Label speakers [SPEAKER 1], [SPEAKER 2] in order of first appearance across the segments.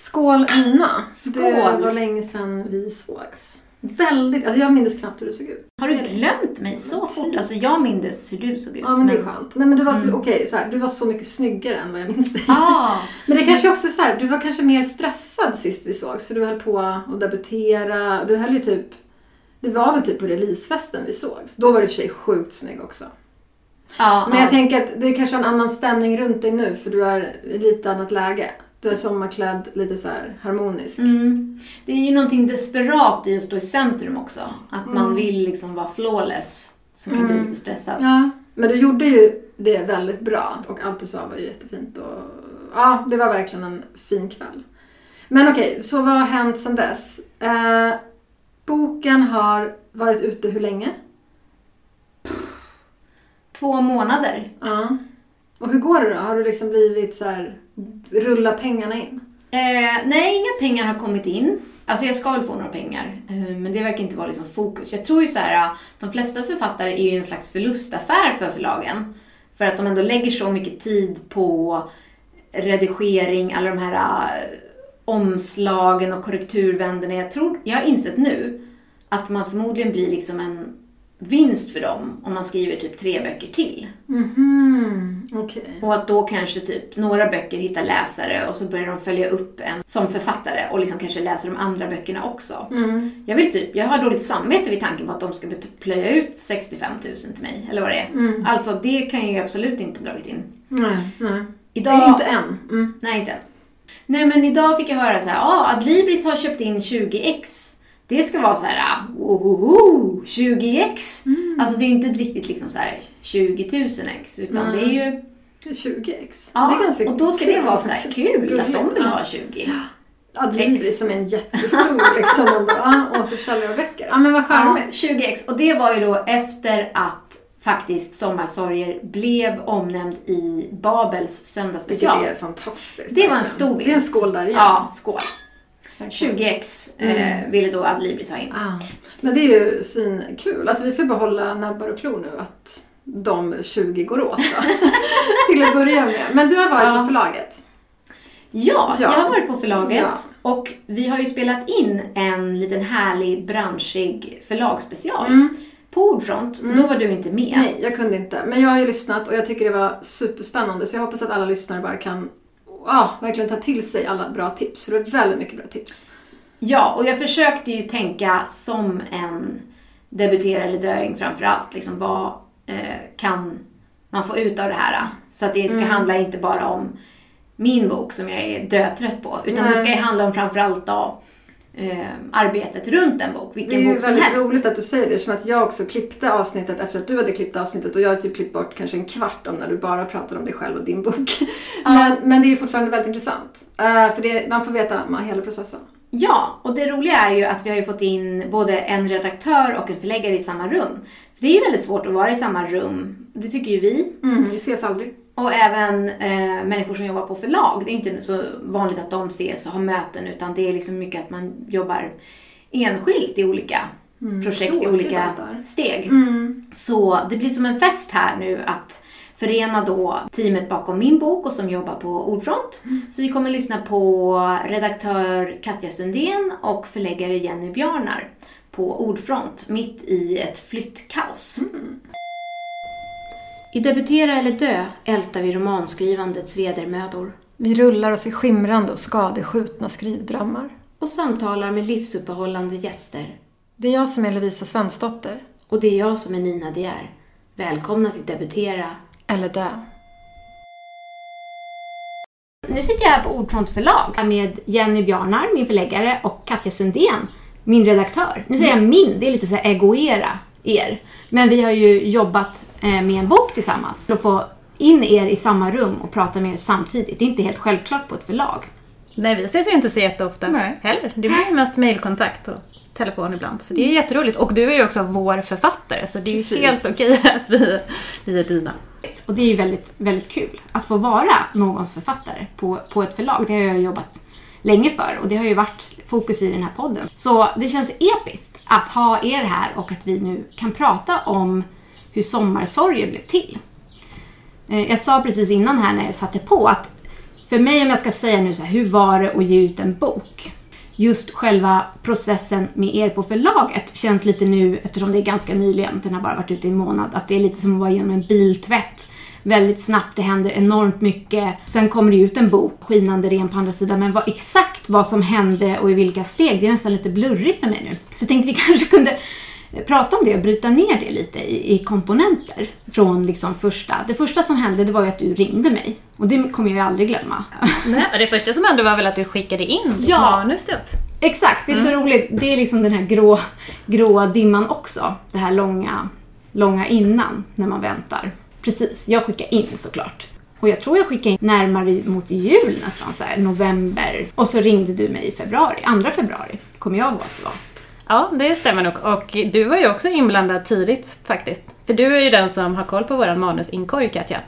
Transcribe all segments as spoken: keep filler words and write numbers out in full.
[SPEAKER 1] Skål Nina.
[SPEAKER 2] Skål.
[SPEAKER 1] Det var länge sedan vi sågs. Väldigt, alltså jag minns knappt hur du såg ut.
[SPEAKER 2] Har du glömt mig så fort? Alltså jag minns hur du såg ut.
[SPEAKER 1] Ja, men det är skönt. Nej, men du var så,
[SPEAKER 2] Mm.
[SPEAKER 1] okej, så här, du var så mycket snyggare än vad jag minns dig.
[SPEAKER 2] Ah.
[SPEAKER 1] Men det kanske också är så här, du var kanske mer stressad sist vi sågs. För du höll på att debutera. Du höll ju typ, det var väl typ på releasefesten vi sågs. Då var du för sig sjukt snygg också.
[SPEAKER 2] Ja,
[SPEAKER 1] Men
[SPEAKER 2] ja.
[SPEAKER 1] jag tänker att det är kanske en annan stämning runt dig nu. För du är i lite annat läge. Du är sommarklädd, lite så här harmonisk.
[SPEAKER 2] Mm. Det är ju någonting desperat i att stå i centrum också. Att man
[SPEAKER 1] Mm.
[SPEAKER 2] vill liksom vara flawless. Som kan
[SPEAKER 1] Mm.
[SPEAKER 2] bli lite stressad.
[SPEAKER 1] Ja, men du gjorde ju det väldigt bra. Och allt du sa var ju jättefint. Och, ja, det var verkligen en fin kväll. Men okej, så vad har hänt sedan dess? Eh, boken har varit ute hur länge?
[SPEAKER 2] Två månader.
[SPEAKER 1] Ja. Och hur går det då? Har du liksom blivit så här, rulla pengarna in?
[SPEAKER 2] Eh, nej, inga pengar har kommit in. Alltså jag ska väl få några pengar. Eh, men det verkar inte vara liksom fokus. Jag tror ju så här, de flesta författare är ju en slags förlustaffär för förlagen. För att de ändå lägger så mycket tid på redigering, alla de här uh, omslagen och korrekturvänderna. Jag tror, jag har insett nu att man förmodligen blir liksom en vinst för dem om man skriver typ tre böcker till.
[SPEAKER 1] Mhm, okej. Okay.
[SPEAKER 2] Och att då kanske typ några böcker hittar läsare och så börjar de följa upp en som författare och liksom kanske läser de andra böckerna också.
[SPEAKER 1] Mm.
[SPEAKER 2] Jag vill typ, jag har dåligt samvete vid tanken på att de ska plöja ut sextiofem tusen till mig, eller vad det är.
[SPEAKER 1] Mm.
[SPEAKER 2] Alltså det kan jag ju absolut inte dragit in.
[SPEAKER 1] Nej, nej.
[SPEAKER 2] Idag,
[SPEAKER 1] nej, inte än. Mm.
[SPEAKER 2] Nej, inte än. Nej, men idag fick jag höra så här, ja, ah, Adlibris har köpt in tjugo ex. Det ska vara så här, ohoho, tjugo ex. Mm. Alltså det är ju inte riktigt liksom så här tjugo tusen ex, utan mm. det är ju
[SPEAKER 1] det är tjugo ex.
[SPEAKER 2] Ja,
[SPEAKER 1] det är ganska
[SPEAKER 2] och då ska
[SPEAKER 1] kul.
[SPEAKER 2] Det vara så här kul gulligt. Att de vill ha tjugo.
[SPEAKER 1] Adlibris som är en jättestor liksom, ja, återförsäljare av böcker. Ja, men vad charmigt.
[SPEAKER 2] Ja, tjugo ex. Och det var ju då efter att faktiskt Sommarsorger blev omnämnd i Babels söndagsspecial.
[SPEAKER 1] Det är fantastiskt.
[SPEAKER 2] Det var en stor vinst.
[SPEAKER 1] Det är en skål där igen.
[SPEAKER 2] Ja, skål. tjugo ex eh,
[SPEAKER 1] mm.
[SPEAKER 2] ville då Adlibris ha in.
[SPEAKER 1] Ah. Men det är ju svinkul. Alltså vi får behålla näbbar och klor nu att de tjugo går åt då. Till att börja med. Men du har varit ja. på förlaget.
[SPEAKER 2] Ja, ja, jag har varit på förlaget.
[SPEAKER 1] Ja.
[SPEAKER 2] Och vi har ju spelat in en liten härlig branschig förlagsspecial.
[SPEAKER 1] Mm.
[SPEAKER 2] På Ordfront.
[SPEAKER 1] Mm.
[SPEAKER 2] Då var du inte med.
[SPEAKER 1] Nej, jag kunde inte. Men jag har ju lyssnat och jag tycker det var superspännande. Så jag hoppas att alla lyssnare bara kan ja, verkligen ta till sig alla bra tips. Så det är väldigt mycket bra tips.
[SPEAKER 2] Ja, och jag försökte ju tänka som en debutera eller döing framförallt. Liksom, vad eh, kan man få ut av det här? Så att det ska mm. handla inte bara om min bok som jag är dötrött på. Utan Nej. det ska handla om framförallt då, eh, arbetet runt en bok. Vilken bok som helst. Det är
[SPEAKER 1] väldigt roligt att du säger det. Som att jag också klippte avsnittet efter att du hade klippt avsnittet. Och jag har typ klippt bort kanske en kvart om när du bara pratar om dig själv och din bok. Ja. Men, men det är fortfarande väldigt intressant. Uh, för det, man får veta man, hela processen.
[SPEAKER 2] Ja, och det roliga är ju att vi har ju fått in både en redaktör och en förläggare i samma rum. För det är ju väldigt svårt att vara i samma rum. Det tycker ju vi.
[SPEAKER 1] Mm, vi ses aldrig.
[SPEAKER 2] Och även eh, människor som jobbar på förlag. Det är inte så vanligt att de ses och har möten. Utan det är liksom mycket att man jobbar enskilt i olika mm, projekt, i olika steg.
[SPEAKER 1] Mm.
[SPEAKER 2] Så det blir som en fest här nu att förena då teamet bakom min bok och som jobbar på Ordfront. Mm. Så vi kommer lyssna på redaktör Katja Sundén och förläggare Jenny Bjarnar på Ordfront mitt i ett flyttkaos.
[SPEAKER 1] Mm.
[SPEAKER 2] I Debutera eller dö ältar vi romanskrivandets vedermödor.
[SPEAKER 1] Vi rullar oss i skimrande och skadeskjutna skrivdrömmar.
[SPEAKER 2] Och samtalar med livsuppehållande gäster.
[SPEAKER 1] Det är jag som är Lovisa Svensdotter.
[SPEAKER 2] Och det är jag som är Nina De Geer. Välkomna till Debutera
[SPEAKER 1] eller dö.
[SPEAKER 2] Nu sitter jag här på Ordfront förlag med Jenny Bjarnar, min förläggare, och Katja Sundén, min redaktör. Nu säger jag min, det är lite så här egoera er. Men vi har ju jobbat med en bok tillsammans för att få in er i samma rum och prata med er samtidigt. Det är inte helt självklart på ett förlag.
[SPEAKER 3] Nej, vi ses ju inte så jätteofta Nej. heller. Det blir mest mejlkontakt och telefon ibland. Så det är jätteroligt. Och du är ju också vår författare, så det är Precis. ju helt okej att vi, vi är dina.
[SPEAKER 2] Och det är ju väldigt, väldigt kul att få vara någons författare på, på ett förlag. Det har jag jobbat länge för och det har ju varit fokus i den här podden. Så det känns episkt att ha er här och att vi nu kan prata om hur Sommarsorger blev till. Jag sa precis innan här när jag satte på att För mig, om jag ska säga nu så här, hur var det att ge ut en bok? Just själva processen med er på förlaget känns lite nu, eftersom det är ganska nyligen, den har bara varit ute i en månad, att det är lite som att vara genom en biltvätt. Väldigt snabbt, det händer enormt mycket. Sen kommer det ut en bok, skinande ren på andra sidan. Men vad, exakt vad som hände och i vilka steg, det är nästan lite blurrigt för mig nu. Så jag tänkte vi kanske kunde prata om det och bryta ner det lite i, i komponenter. Från liksom första. Det första som hände, det var ju att du ringde mig. Och det kommer jag ju aldrig glömma.
[SPEAKER 3] Nej, och det första som hände var väl att du skickade in ditt
[SPEAKER 2] ja,
[SPEAKER 3] manus till oss.
[SPEAKER 2] Exakt, det är så mm. roligt. Det är liksom den här grå, gråa dimman också. Det här långa, långa innan när man väntar. Precis, jag skickade in såklart. Och jag tror jag skickade in närmare mot jul nästan, så här, november. Och så ringde du mig i februari, andra februari, kommer jag ihåg att det var.
[SPEAKER 3] Ja, det stämmer nog. Och du var ju också inblandad tidigt faktiskt. För du är ju den som har koll på våran manusinkorg, Katja.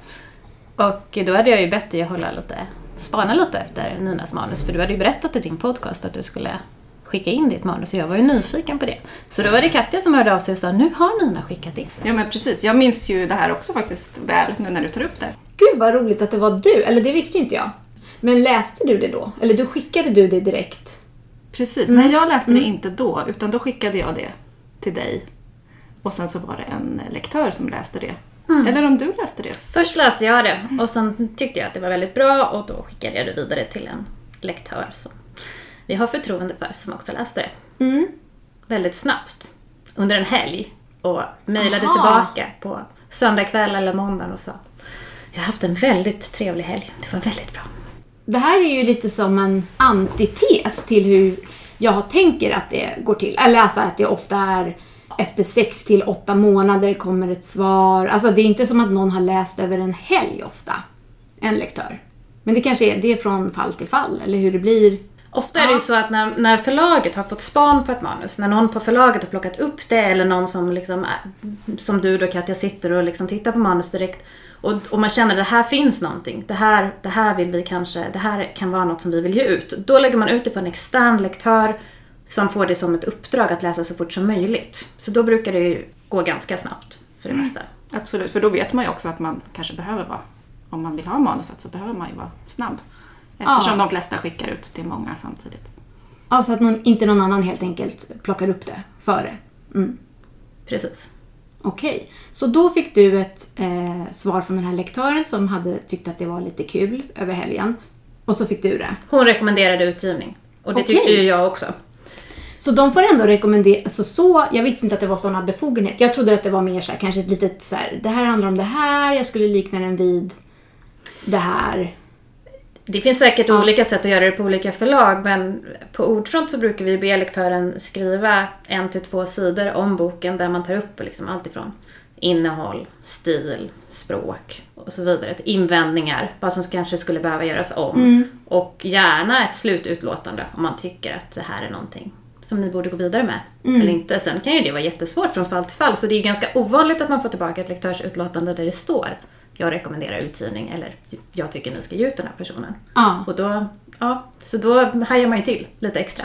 [SPEAKER 3] Och då hade jag ju bett dig att hålla lite, spana lite efter Ninas manus. För du hade ju berättat i din podcast att du skulle skicka in ditt manus, och jag var ju nyfiken på det. Så då var det Katja som hörde av sig och sa, nu har Nina skickat in.
[SPEAKER 4] Ja, men precis. Jag minns ju det här också faktiskt väl nu när du tar upp det.
[SPEAKER 2] Gud vad roligt att det var du, eller det visste ju inte jag. Men läste du det då? Eller du skickade du det direkt?
[SPEAKER 4] Precis, mm. nej jag läste det mm. inte då, utan då skickade jag det till dig. Och sen så var det en lektör som läste det. Mm. Eller om du läste det?
[SPEAKER 3] Först läste jag det, och sen tyckte jag att det var väldigt bra, och då skickade jag det vidare till en lektör som vi har förtroende för, som också läste det. Mm. Väldigt snabbt. Under en helg. Och mejlade Aha. tillbaka på söndag kväll eller måndag och sa, jag har haft en väldigt trevlig helg. Det var väldigt bra.
[SPEAKER 2] Det här är ju lite som en antites till hur jag tänker att det går till. Eller alltså att det ofta är efter sex till åtta månader kommer ett svar. Alltså det är inte som att någon har läst över en helg ofta. En lektör. Men det kanske är det är från fall till fall. Eller hur det blir.
[SPEAKER 3] Ofta är det ju så att när, när förlaget har fått span på ett manus, när någon på förlaget har plockat upp det, eller någon som liksom är, som du då Katja sitter och liksom tittar på manus direkt, och, och man känner att det här finns någonting, det här, det här vill vi kanske, det här kan vara något som vi vill ge ut. Då lägger man ut det på en extern lektör som får det som ett uppdrag att läsa så fort som möjligt. Så då brukar det ju gå ganska snabbt för det mesta.
[SPEAKER 4] Mm, absolut, för då vet man ju också att man kanske behöver vara, om man vill ha manuset så behöver man ju vara snabb. Eftersom ja. de flesta skickar ut till många samtidigt.
[SPEAKER 2] Ja, så att någon, inte någon annan helt enkelt plockar upp det före. Mm.
[SPEAKER 3] Precis.
[SPEAKER 2] Okej, så då fick du ett eh, svar från den här lektören som hade tyckt att det var lite kul över helgen. Och så fick du det.
[SPEAKER 3] Hon rekommenderade utgivning. Och det Okej. tyckte ju jag också.
[SPEAKER 2] Så de får ändå rekommendera, alltså så, jag visste inte att det var sådana befogenheter. Jag trodde att det var mer så här, kanske ett litet så här, det här handlar om det här, jag skulle likna den vid det här.
[SPEAKER 3] Det finns säkert ja. olika sätt att göra det på olika förlag, men på Ordfront så brukar vi be lektören skriva en till två sidor om boken där man tar upp liksom allt ifrån innehåll, stil, språk och så vidare. Invändningar, vad som kanske skulle behöva göras om. Mm. Och gärna ett slututlåtande om man tycker att det här är någonting som ni borde gå vidare med. Mm. Eller inte. Sen kan ju det vara jättesvårt från fall till fall, så det är ju ganska ovanligt att man får tillbaka ett lektörsutlåtande där det står jag rekommenderar utgivning, eller jag tycker ni ska ge ut den här personen.
[SPEAKER 2] Ja.
[SPEAKER 3] Och då, ja, så då hajar man ju till lite extra.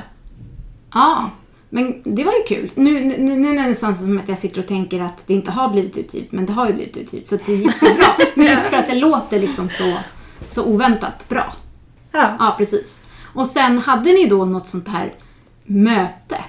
[SPEAKER 2] Ja, men det var ju kul. Nu, nu, nu är det nästan som att jag sitter och tänker att det inte har blivit utgivet, men det har ju blivit utgivet, så det är jättebra. Men just för att det låter liksom så, så oväntat bra.
[SPEAKER 3] Ja.
[SPEAKER 2] Ja, precis. Och sen hade ni då något sånt här möte?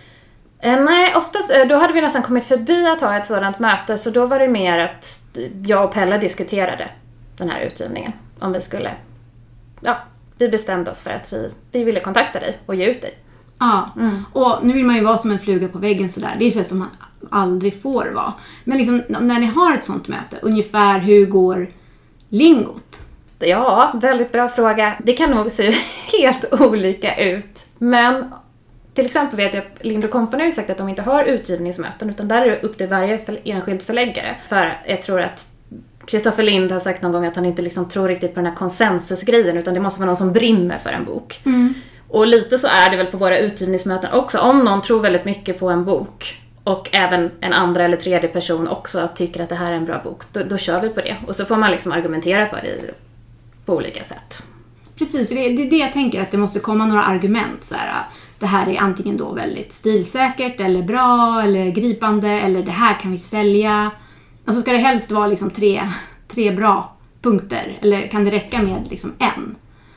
[SPEAKER 3] Nej, oftast, då hade vi nästan kommit förbi att ha ett sådant möte, så då var det mer att jag och Pelle diskuterade den här utgivningen. Om vi skulle, ja, vi bestämde oss för att vi, vi ville kontakta dig och ge ut dig.
[SPEAKER 2] Ja, mm. Och nu vill man ju vara som en fluga på väggen sådär. Det är så som man aldrig får vara. Men liksom, när ni har ett sånt möte, ungefär hur går lingot?
[SPEAKER 3] Ja, väldigt bra fråga. Det kan nog se helt olika ut, men till exempel vet jag att Lind och Company har ju sagt att de inte har utgivningsmöten, utan där är det upp till varje enskild förläggare. För jag tror att Kristoffer Lind har sagt någon gång att han inte liksom tror riktigt på den här konsensusgrejen, utan det måste vara någon som brinner för en bok.
[SPEAKER 2] Mm.
[SPEAKER 3] Och lite så är det väl på våra utgivningsmöten också. Om någon tror väldigt mycket på en bok och även en andra eller tredje person också tycker att det här är en bra bok, då, då kör vi på det. Och så får man liksom argumentera för det på olika sätt.
[SPEAKER 2] Precis, för det, det är det jag tänker, att det måste komma några argument så här. Det här är antingen då väldigt stilsäkert eller bra eller gripande, eller det här kan vi sälja. Alltså ska det helst vara liksom tre, tre bra punkter, eller kan det räcka med liksom en?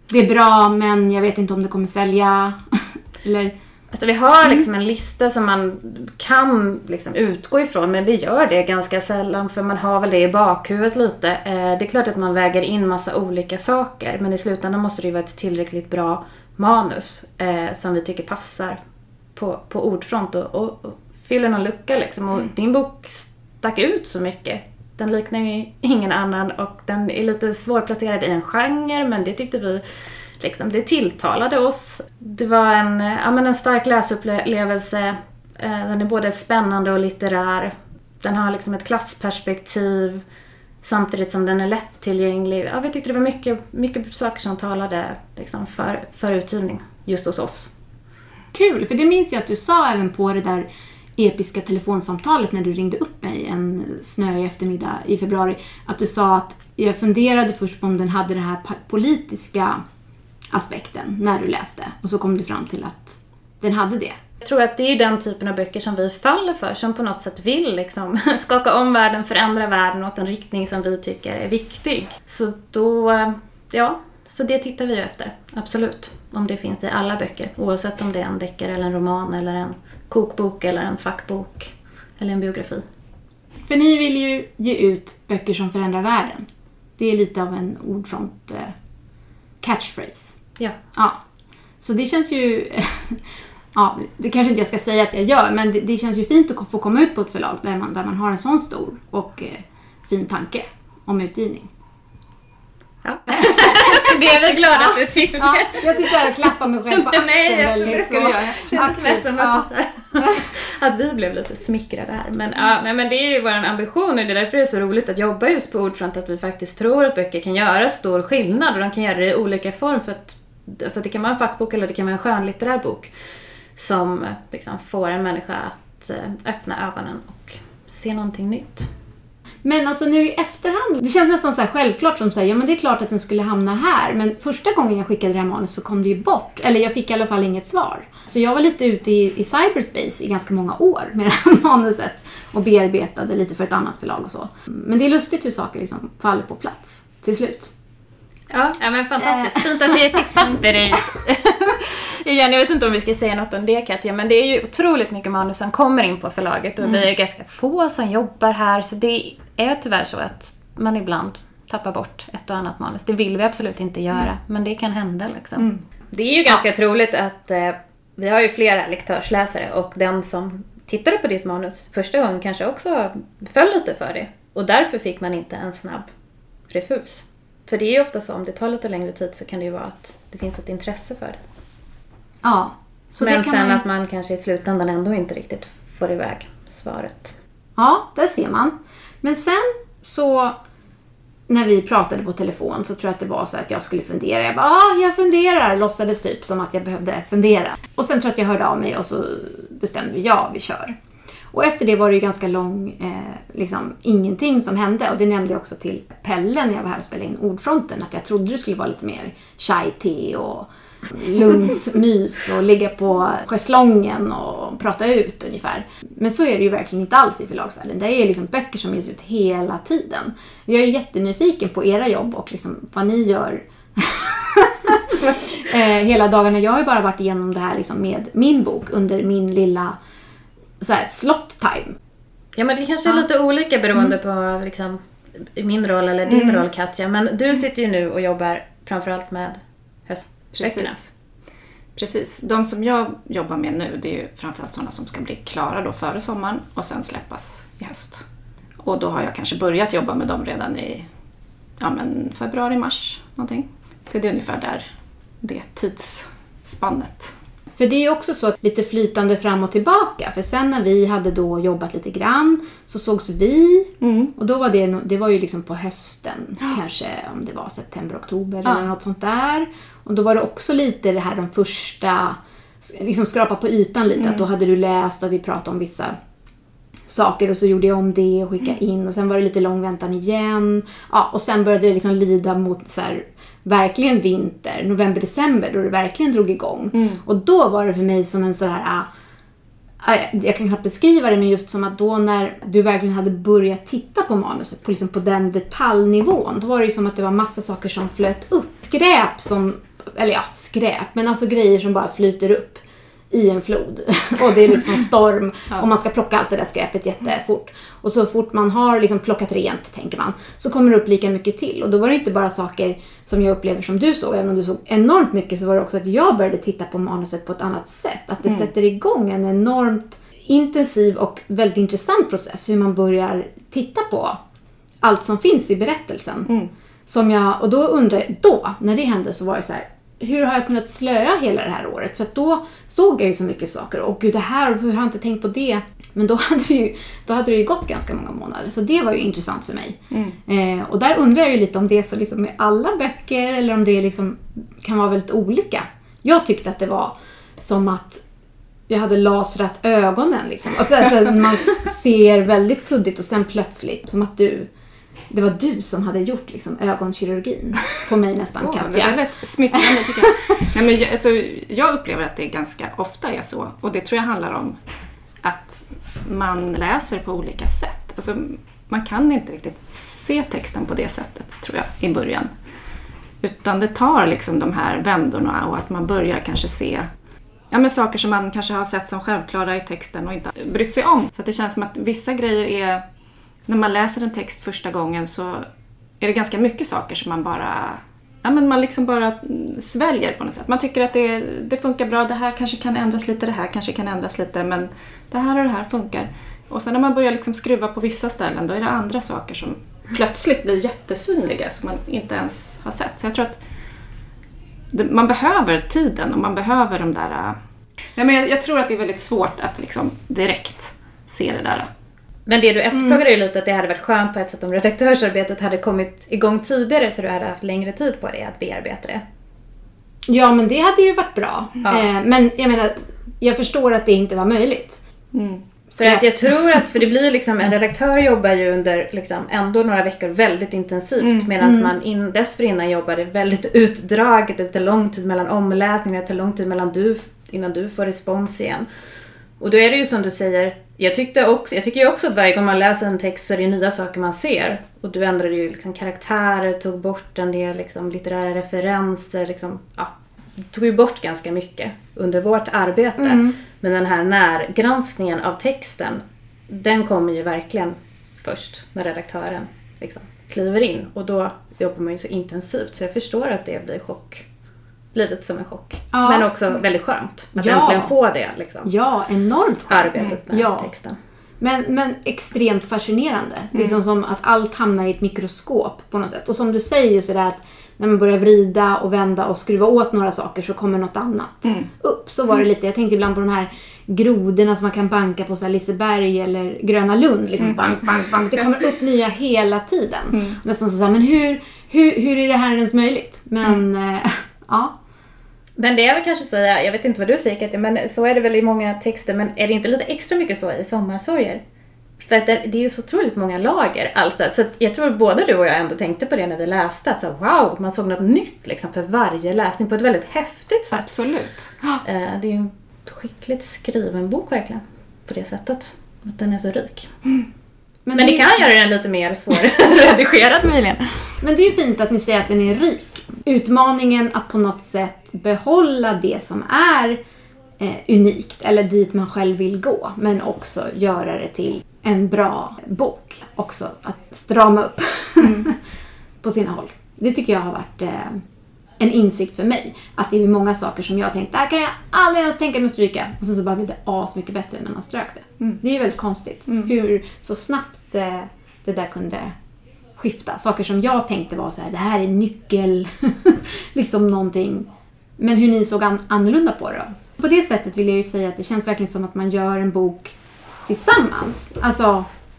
[SPEAKER 2] det är bra men jag vet inte om det kommer sälja. Eller...
[SPEAKER 3] Alltså vi har liksom en lista som man kan liksom utgå ifrån, men vi gör det ganska sällan för man har väl det i bakhuvudet lite. Eh, det är klart att man väger in massa olika saker, men i slutändan måste det ju vara ett tillräckligt bra manus eh, som vi tycker passar på, på ordfront och, och, och fyller någon lucka liksom. Och din bok stack ut så mycket. Den liknar ju ingen annan och den är lite svårplacerad i en genre, men det tyckte vi liksom, det tilltalade oss. Det var en, ja, men en stark läsupplevelse. Den är både spännande och litterär. Den har liksom ett klassperspektiv samtidigt som den är lättillgänglig. Ja, vi tyckte det var mycket, mycket saker som talade liksom, för, för utgivning just hos oss.
[SPEAKER 2] Kul, för det minns jag att du sa även på det där episka telefonsamtalet när du ringde upp mig en snöig eftermiddag i februari. Att du sa att jag funderade först på om den hade den här politiska aspekten när du läste. Och så kom du fram till att den hade det.
[SPEAKER 3] Jag tror att det är den typen av böcker som vi faller för. Som på något sätt vill liksom, skaka om världen, förändra världen åt en riktning som vi tycker är viktig. Så då, ja, så det tittar vi efter. Absolut. Om det finns i alla böcker. Oavsett om det är en deckare eller en roman eller en kokbok eller en fackbok eller en biografi.
[SPEAKER 2] För ni vill ju ge ut böcker som förändrar världen. Det är lite av en ordfront eh, catchphrase.
[SPEAKER 3] Ja.
[SPEAKER 2] Ja. Så det känns ju... ja, det kanske inte jag ska säga att jag gör, men det, det känns ju fint att få komma ut på ett förlag där man, där man har en sån stor och eh, fin tanke om utgivning.
[SPEAKER 3] Ja. Det är vi glada att du tycker.
[SPEAKER 2] Ja, jag sitter här och klappar mig själv på axeln.
[SPEAKER 3] Nej, jag
[SPEAKER 2] väldigt så.
[SPEAKER 3] Känns mest som att, ja. att vi blev lite smickrade här. Men, ja, men det är ju vår ambition och det är därför det är så roligt att jobba just på Ordfront, att vi faktiskt tror att böcker kan göra stor skillnad och de kan göra det i olika form. För att, alltså, det kan vara en fackbok eller det kan vara en skönlitterär bok som liksom, får en människa att öppna ögonen och se någonting nytt.
[SPEAKER 2] Men alltså nu i efterhand, det känns nästan så här självklart som säger, ja men det är klart att den skulle hamna här. Men första gången jag skickade det här manus så kom det ju bort. Eller jag fick i alla fall inget svar. Så jag var lite ute i, i cyberspace i ganska många år med det här manuset. Och bearbetade lite för ett annat förlag och så. Men det är lustigt hur saker liksom faller på plats till slut.
[SPEAKER 3] Ja, ja men fantastiskt. Fint att vi fick fatt i dig. Igen, jag vet inte om vi ska säga något om det, Katja, men det är ju otroligt mycket manus som kommer in på förlaget och mm. vi är ganska få som jobbar här, så det är tyvärr så att man ibland tappar bort ett och annat manus. Det vill vi absolut inte göra, mm. men det kan hända liksom. Mm. Det är ju ganska ja. troligt att eh, vi har ju flera lektörsläsare och den som tittade på ditt manus första gången kanske också föll lite för det och därför fick man inte en snabb refus. För det är ju ofta så, om det tar lite längre tid så kan det ju vara att det finns ett intresse för det.
[SPEAKER 2] Ja. Så
[SPEAKER 3] men
[SPEAKER 2] det kan
[SPEAKER 3] sen
[SPEAKER 2] man...
[SPEAKER 3] att man kanske i slutändan ändå inte riktigt får iväg svaret.
[SPEAKER 2] Ja, där ser man. Men sen så, när vi pratade på telefon så tror jag att det var så att jag skulle fundera. Jag bara, ah, jag funderar. Låtsades typ som att jag behövde fundera. Och sen tror jag att jag hörde av mig och så bestämde vi, ja, vi kör. Och efter det var det ju ganska lång, eh, liksom ingenting som hände. Och det nämnde jag också till Pelle när jag var här och spelade in Ordfronten. Att jag trodde det skulle vara lite mer chai-te och lugnt mys och ligga på schäslongen och prata ut ungefär. Men så är det ju verkligen inte alls i förlagsvärlden. Det är liksom böcker som ges ut hela tiden. Jag är ju jättenyfiken på era jobb och liksom vad ni gör eh, hela dagarna. Jag har ju bara varit igenom det här liksom med min bok under min lilla så här, slot time.
[SPEAKER 3] Ja, men det kanske är ja. lite olika beroende mm. på liksom, min roll eller din mm. roll, Katja. Men du sitter ju nu och jobbar framförallt med höst.
[SPEAKER 4] Precis. Precis. De som jag jobbar med nu, det är ju framförallt sådana som ska bli klara då före sommaren och sen släppas i höst. Och då har jag kanske börjat jobba med dem redan i ja, men februari, mars någonting. Så det är ungefär där det tidsspannet.
[SPEAKER 2] För det är också så att lite flytande fram och tillbaka. För sen när vi hade då jobbat lite grann så sågs vi. Mm. Och då var det, det var ju liksom på hösten. Ja. Kanske om det var september, oktober ja. eller något sånt där. Och då var det också lite det här de första, liksom skrapa på ytan lite. Mm. Att då hade du läst och vi pratade om vissa saker och så gjorde jag om det och skickade mm. in. Och sen var det lite lång väntan igen. Ja, och sen började det liksom lida mot så här, verkligen vinter, november, december, då det verkligen drog igång. Mm. Och då var det för mig som en sån här, äh, jag kan knappt beskriva det, men just som att då när du verkligen hade börjat titta på manuset, på, liksom på den detaljnivån, då var det som att det var massa saker som flöt upp. Skräp som eller ja, skräp, men alltså grejer som bara flyter upp i en flod. Och det är liksom storm ja. Och man ska plocka allt det där skräpet jättefort. Och så fort man har liksom plockat rent, tänker man, så kommer det upp lika mycket till. Och då var det inte bara saker som jag upplever som du såg. Även om du såg enormt mycket, så var det också att jag började titta på manuset på ett annat sätt. Att det mm. sätter igång en enormt intensiv och väldigt intressant process. Hur man börjar titta på allt som finns i berättelsen. Mm. Som jag, och då undrar jag, då, när det hände, så var det så här: hur har jag kunnat slöa hela det här året? För att då såg jag ju så mycket saker. Och gud, det här, hur har jag inte tänkt på det? Men då hade det ju, då hade det ju gått ganska många månader. Så det var ju intressant för mig. Mm. Eh, och där undrar jag ju lite om det är så liksom med alla böcker. Eller om det liksom kan vara väldigt olika. Jag tyckte att det var som att jag hade lasrat ögonen. Liksom. Och så, så man ser väldigt suddigt och sen plötsligt som att du... Det var du som hade gjort liksom ögonkirurgin på mig nästan,
[SPEAKER 4] oh,
[SPEAKER 2] Katja.
[SPEAKER 4] Det är lätt smickrande, tycker jag. Nej, men jag, alltså, jag upplever att det ganska ofta är så. Och det tror jag handlar om att man läser på olika sätt. Alltså, man kan inte riktigt se texten på det sättet, tror jag, i början. Utan det tar liksom de här vändorna och att man börjar kanske se ja, men saker som man kanske har sett som självklara i texten och inte brytt sig om. Så att det känns som att vissa grejer är... När man läser en text första gången så är det ganska mycket saker som man bara, ja, men man liksom bara sväljer på något sätt. Man tycker att det, det funkar bra, det här kanske kan ändras lite, det här kanske kan ändras lite, men det här och det här funkar. Och sen när man börjar liksom skruva på vissa ställen, då är det andra saker som plötsligt blir jättesynliga som man inte ens har sett. Så jag tror att det, man behöver tiden och man behöver de där... Nej, men jag, jag tror att det är väldigt svårt att liksom direkt se det där.
[SPEAKER 3] Men det du efterfrågade mm. är ju lite att det hade varit skönt på ett sätt om redaktörsarbetet hade kommit igång tidigare, så du hade haft längre tid på dig att bearbeta det.
[SPEAKER 2] Ja, men det hade ju varit bra. Ja. Eh, men jag menar, jag förstår att det inte var möjligt.
[SPEAKER 3] Mm. För att jag tror att, för det blir liksom, en redaktör jobbar ju under liksom ändå några veckor väldigt intensivt. Mm. Medan mm. man in, dessförinnan jobbade väldigt utdraget. Det tar lång tid mellan omläsningar, det tar lång tid mellan du, innan du får respons igen. Och då är det ju som du säger, jag, tyckte också, jag tycker ju också att varje gång man läser en text så är det nya saker man ser. Och du ändrade ju liksom karaktärer, tog bort en del liksom litterära referenser. Liksom, ja, du tog ju bort ganska mycket under vårt arbete. Mm. Men den här närgranskningen av texten, den kommer ju verkligen först när redaktören liksom kliver in. Och då jobbar man ju så intensivt, så jag förstår att det blir chock. Blir lite som en chock. Ja. Men också väldigt skönt att
[SPEAKER 2] ja.
[SPEAKER 3] äntligen få det. Liksom.
[SPEAKER 2] Ja, enormt skönt.
[SPEAKER 3] Arbetet med ja. texten.
[SPEAKER 2] Men, men extremt fascinerande. Mm. Liksom som att allt hamnar i ett mikroskop på något sätt. Och som du säger just det där att när man börjar vrida och vända och skruva åt några saker så kommer något annat mm. upp. Så var det lite. Jag tänkte ibland på de här grodorna som man kan banka på så här Liseberg eller Gröna Lund. Liksom mm. bank, bank, bank. Det kommer upp nya hela tiden. Mm. Nästan så här, men hur, hur, hur är det här ens möjligt? Men mm. äh, ja.
[SPEAKER 3] Men det är väl kanske så, jag vet inte vad du säger Katja, men så är det väl i många texter, men är det inte lite extra mycket så i Sommarsorger? För att det, det är ju så otroligt många lager, alltså. Så att jag tror både du och jag ändå tänkte på det när vi läste, att så, wow, man såg något nytt liksom för varje läsning på ett väldigt häftigt sätt.
[SPEAKER 4] Absolut.
[SPEAKER 3] Det är ju en skickligt skriven bok verkligen, på det sättet, att den är så rik. Mm. Men, men det, det kan göra den lite mer svårredigerad möjligen.
[SPEAKER 2] Men det är ju fint att ni säger att den är rik. Utmaningen att på något sätt behålla det som är eh, unikt eller dit man själv vill gå, men också göra det till en bra bok. Också att strama upp mm. på sina håll. Det tycker jag har varit eh, en insikt för mig. Att det är många saker som jag tänkte, där kan jag aldrig ens tänka mig att stryka. Och sen så bara blev det as mycket bättre när man strök det. Mm. Det är ju väldigt konstigt mm. hur så snabbt eh, det där kunde skifta. Saker som jag tänkte var så här, det här är nyckel, liksom någonting. Men hur ni såg an- annorlunda på det då. På det sättet vill jag ju säga att det känns verkligen som att man gör en bok tillsammans. Alltså,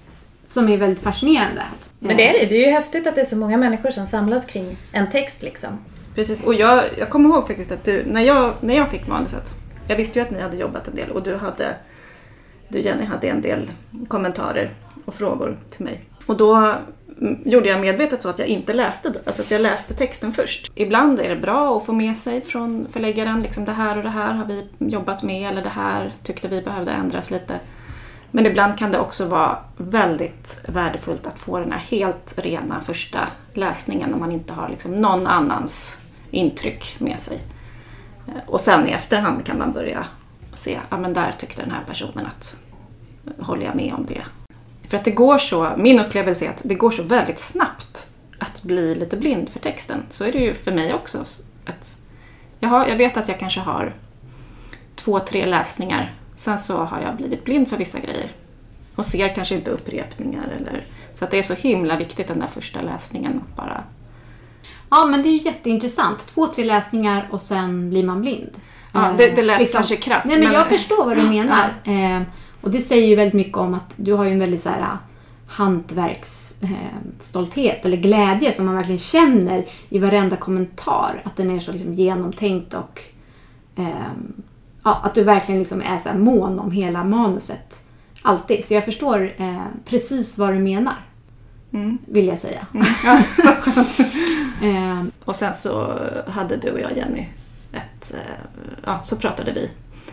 [SPEAKER 2] som är väldigt fascinerande.
[SPEAKER 3] Men det är det. Det är ju häftigt att det är så många människor som samlas kring en text liksom.
[SPEAKER 4] Precis, och jag, jag kommer ihåg faktiskt att du, när jag, när jag fick manuset, jag visste ju att ni hade jobbat en del och du hade, du Jenny hade en del kommentarer och frågor till mig. Och då gjorde jag medvetet så att jag inte läste, alltså att jag läste texten först. Ibland är det bra att få med sig från förläggaren, liksom det här och det här har vi jobbat med, eller det här tyckte vi behövde ändras lite. Men ibland kan det också vara väldigt värdefullt att få den här helt rena första läsningen om man inte har liksom någon annans intryck med sig. Och sen i efterhand kan man börja se, ja men där tyckte den här personen att, håller jag med om det. För att det går så, min upplevelse är att det går så väldigt snabbt att bli lite blind för texten. Så är det ju för mig också. Att jag, har, jag vet att jag kanske har två, tre läsningar. Sen så har jag blivit blind för vissa grejer. Och ser kanske inte upprepningar. Eller, så att det är så himla viktigt den där första läsningen. Bara.
[SPEAKER 2] Ja, men det är ju jätteintressant. Två, tre läsningar och sen blir man blind.
[SPEAKER 4] Ja, det, det lät
[SPEAKER 2] liksom,
[SPEAKER 4] kanske krasst.
[SPEAKER 2] Nej, men,
[SPEAKER 4] men
[SPEAKER 2] jag förstår vad du menar.
[SPEAKER 4] Ja.
[SPEAKER 2] Eh, och det säger ju väldigt mycket om att du har ju en väldigt så här hantverksstolthet eller glädje som man verkligen känner i varenda kommentar. Att den är så liksom genomtänkt och eh, ja, att du verkligen liksom är så här mån om hela manuset. Alltid. Så jag förstår eh, precis vad du menar. Mm. Vill jag säga.
[SPEAKER 4] Mm. Ja.
[SPEAKER 2] eh,
[SPEAKER 4] och sen så hade du och jag, Jenny, ett, ja, så pratade vi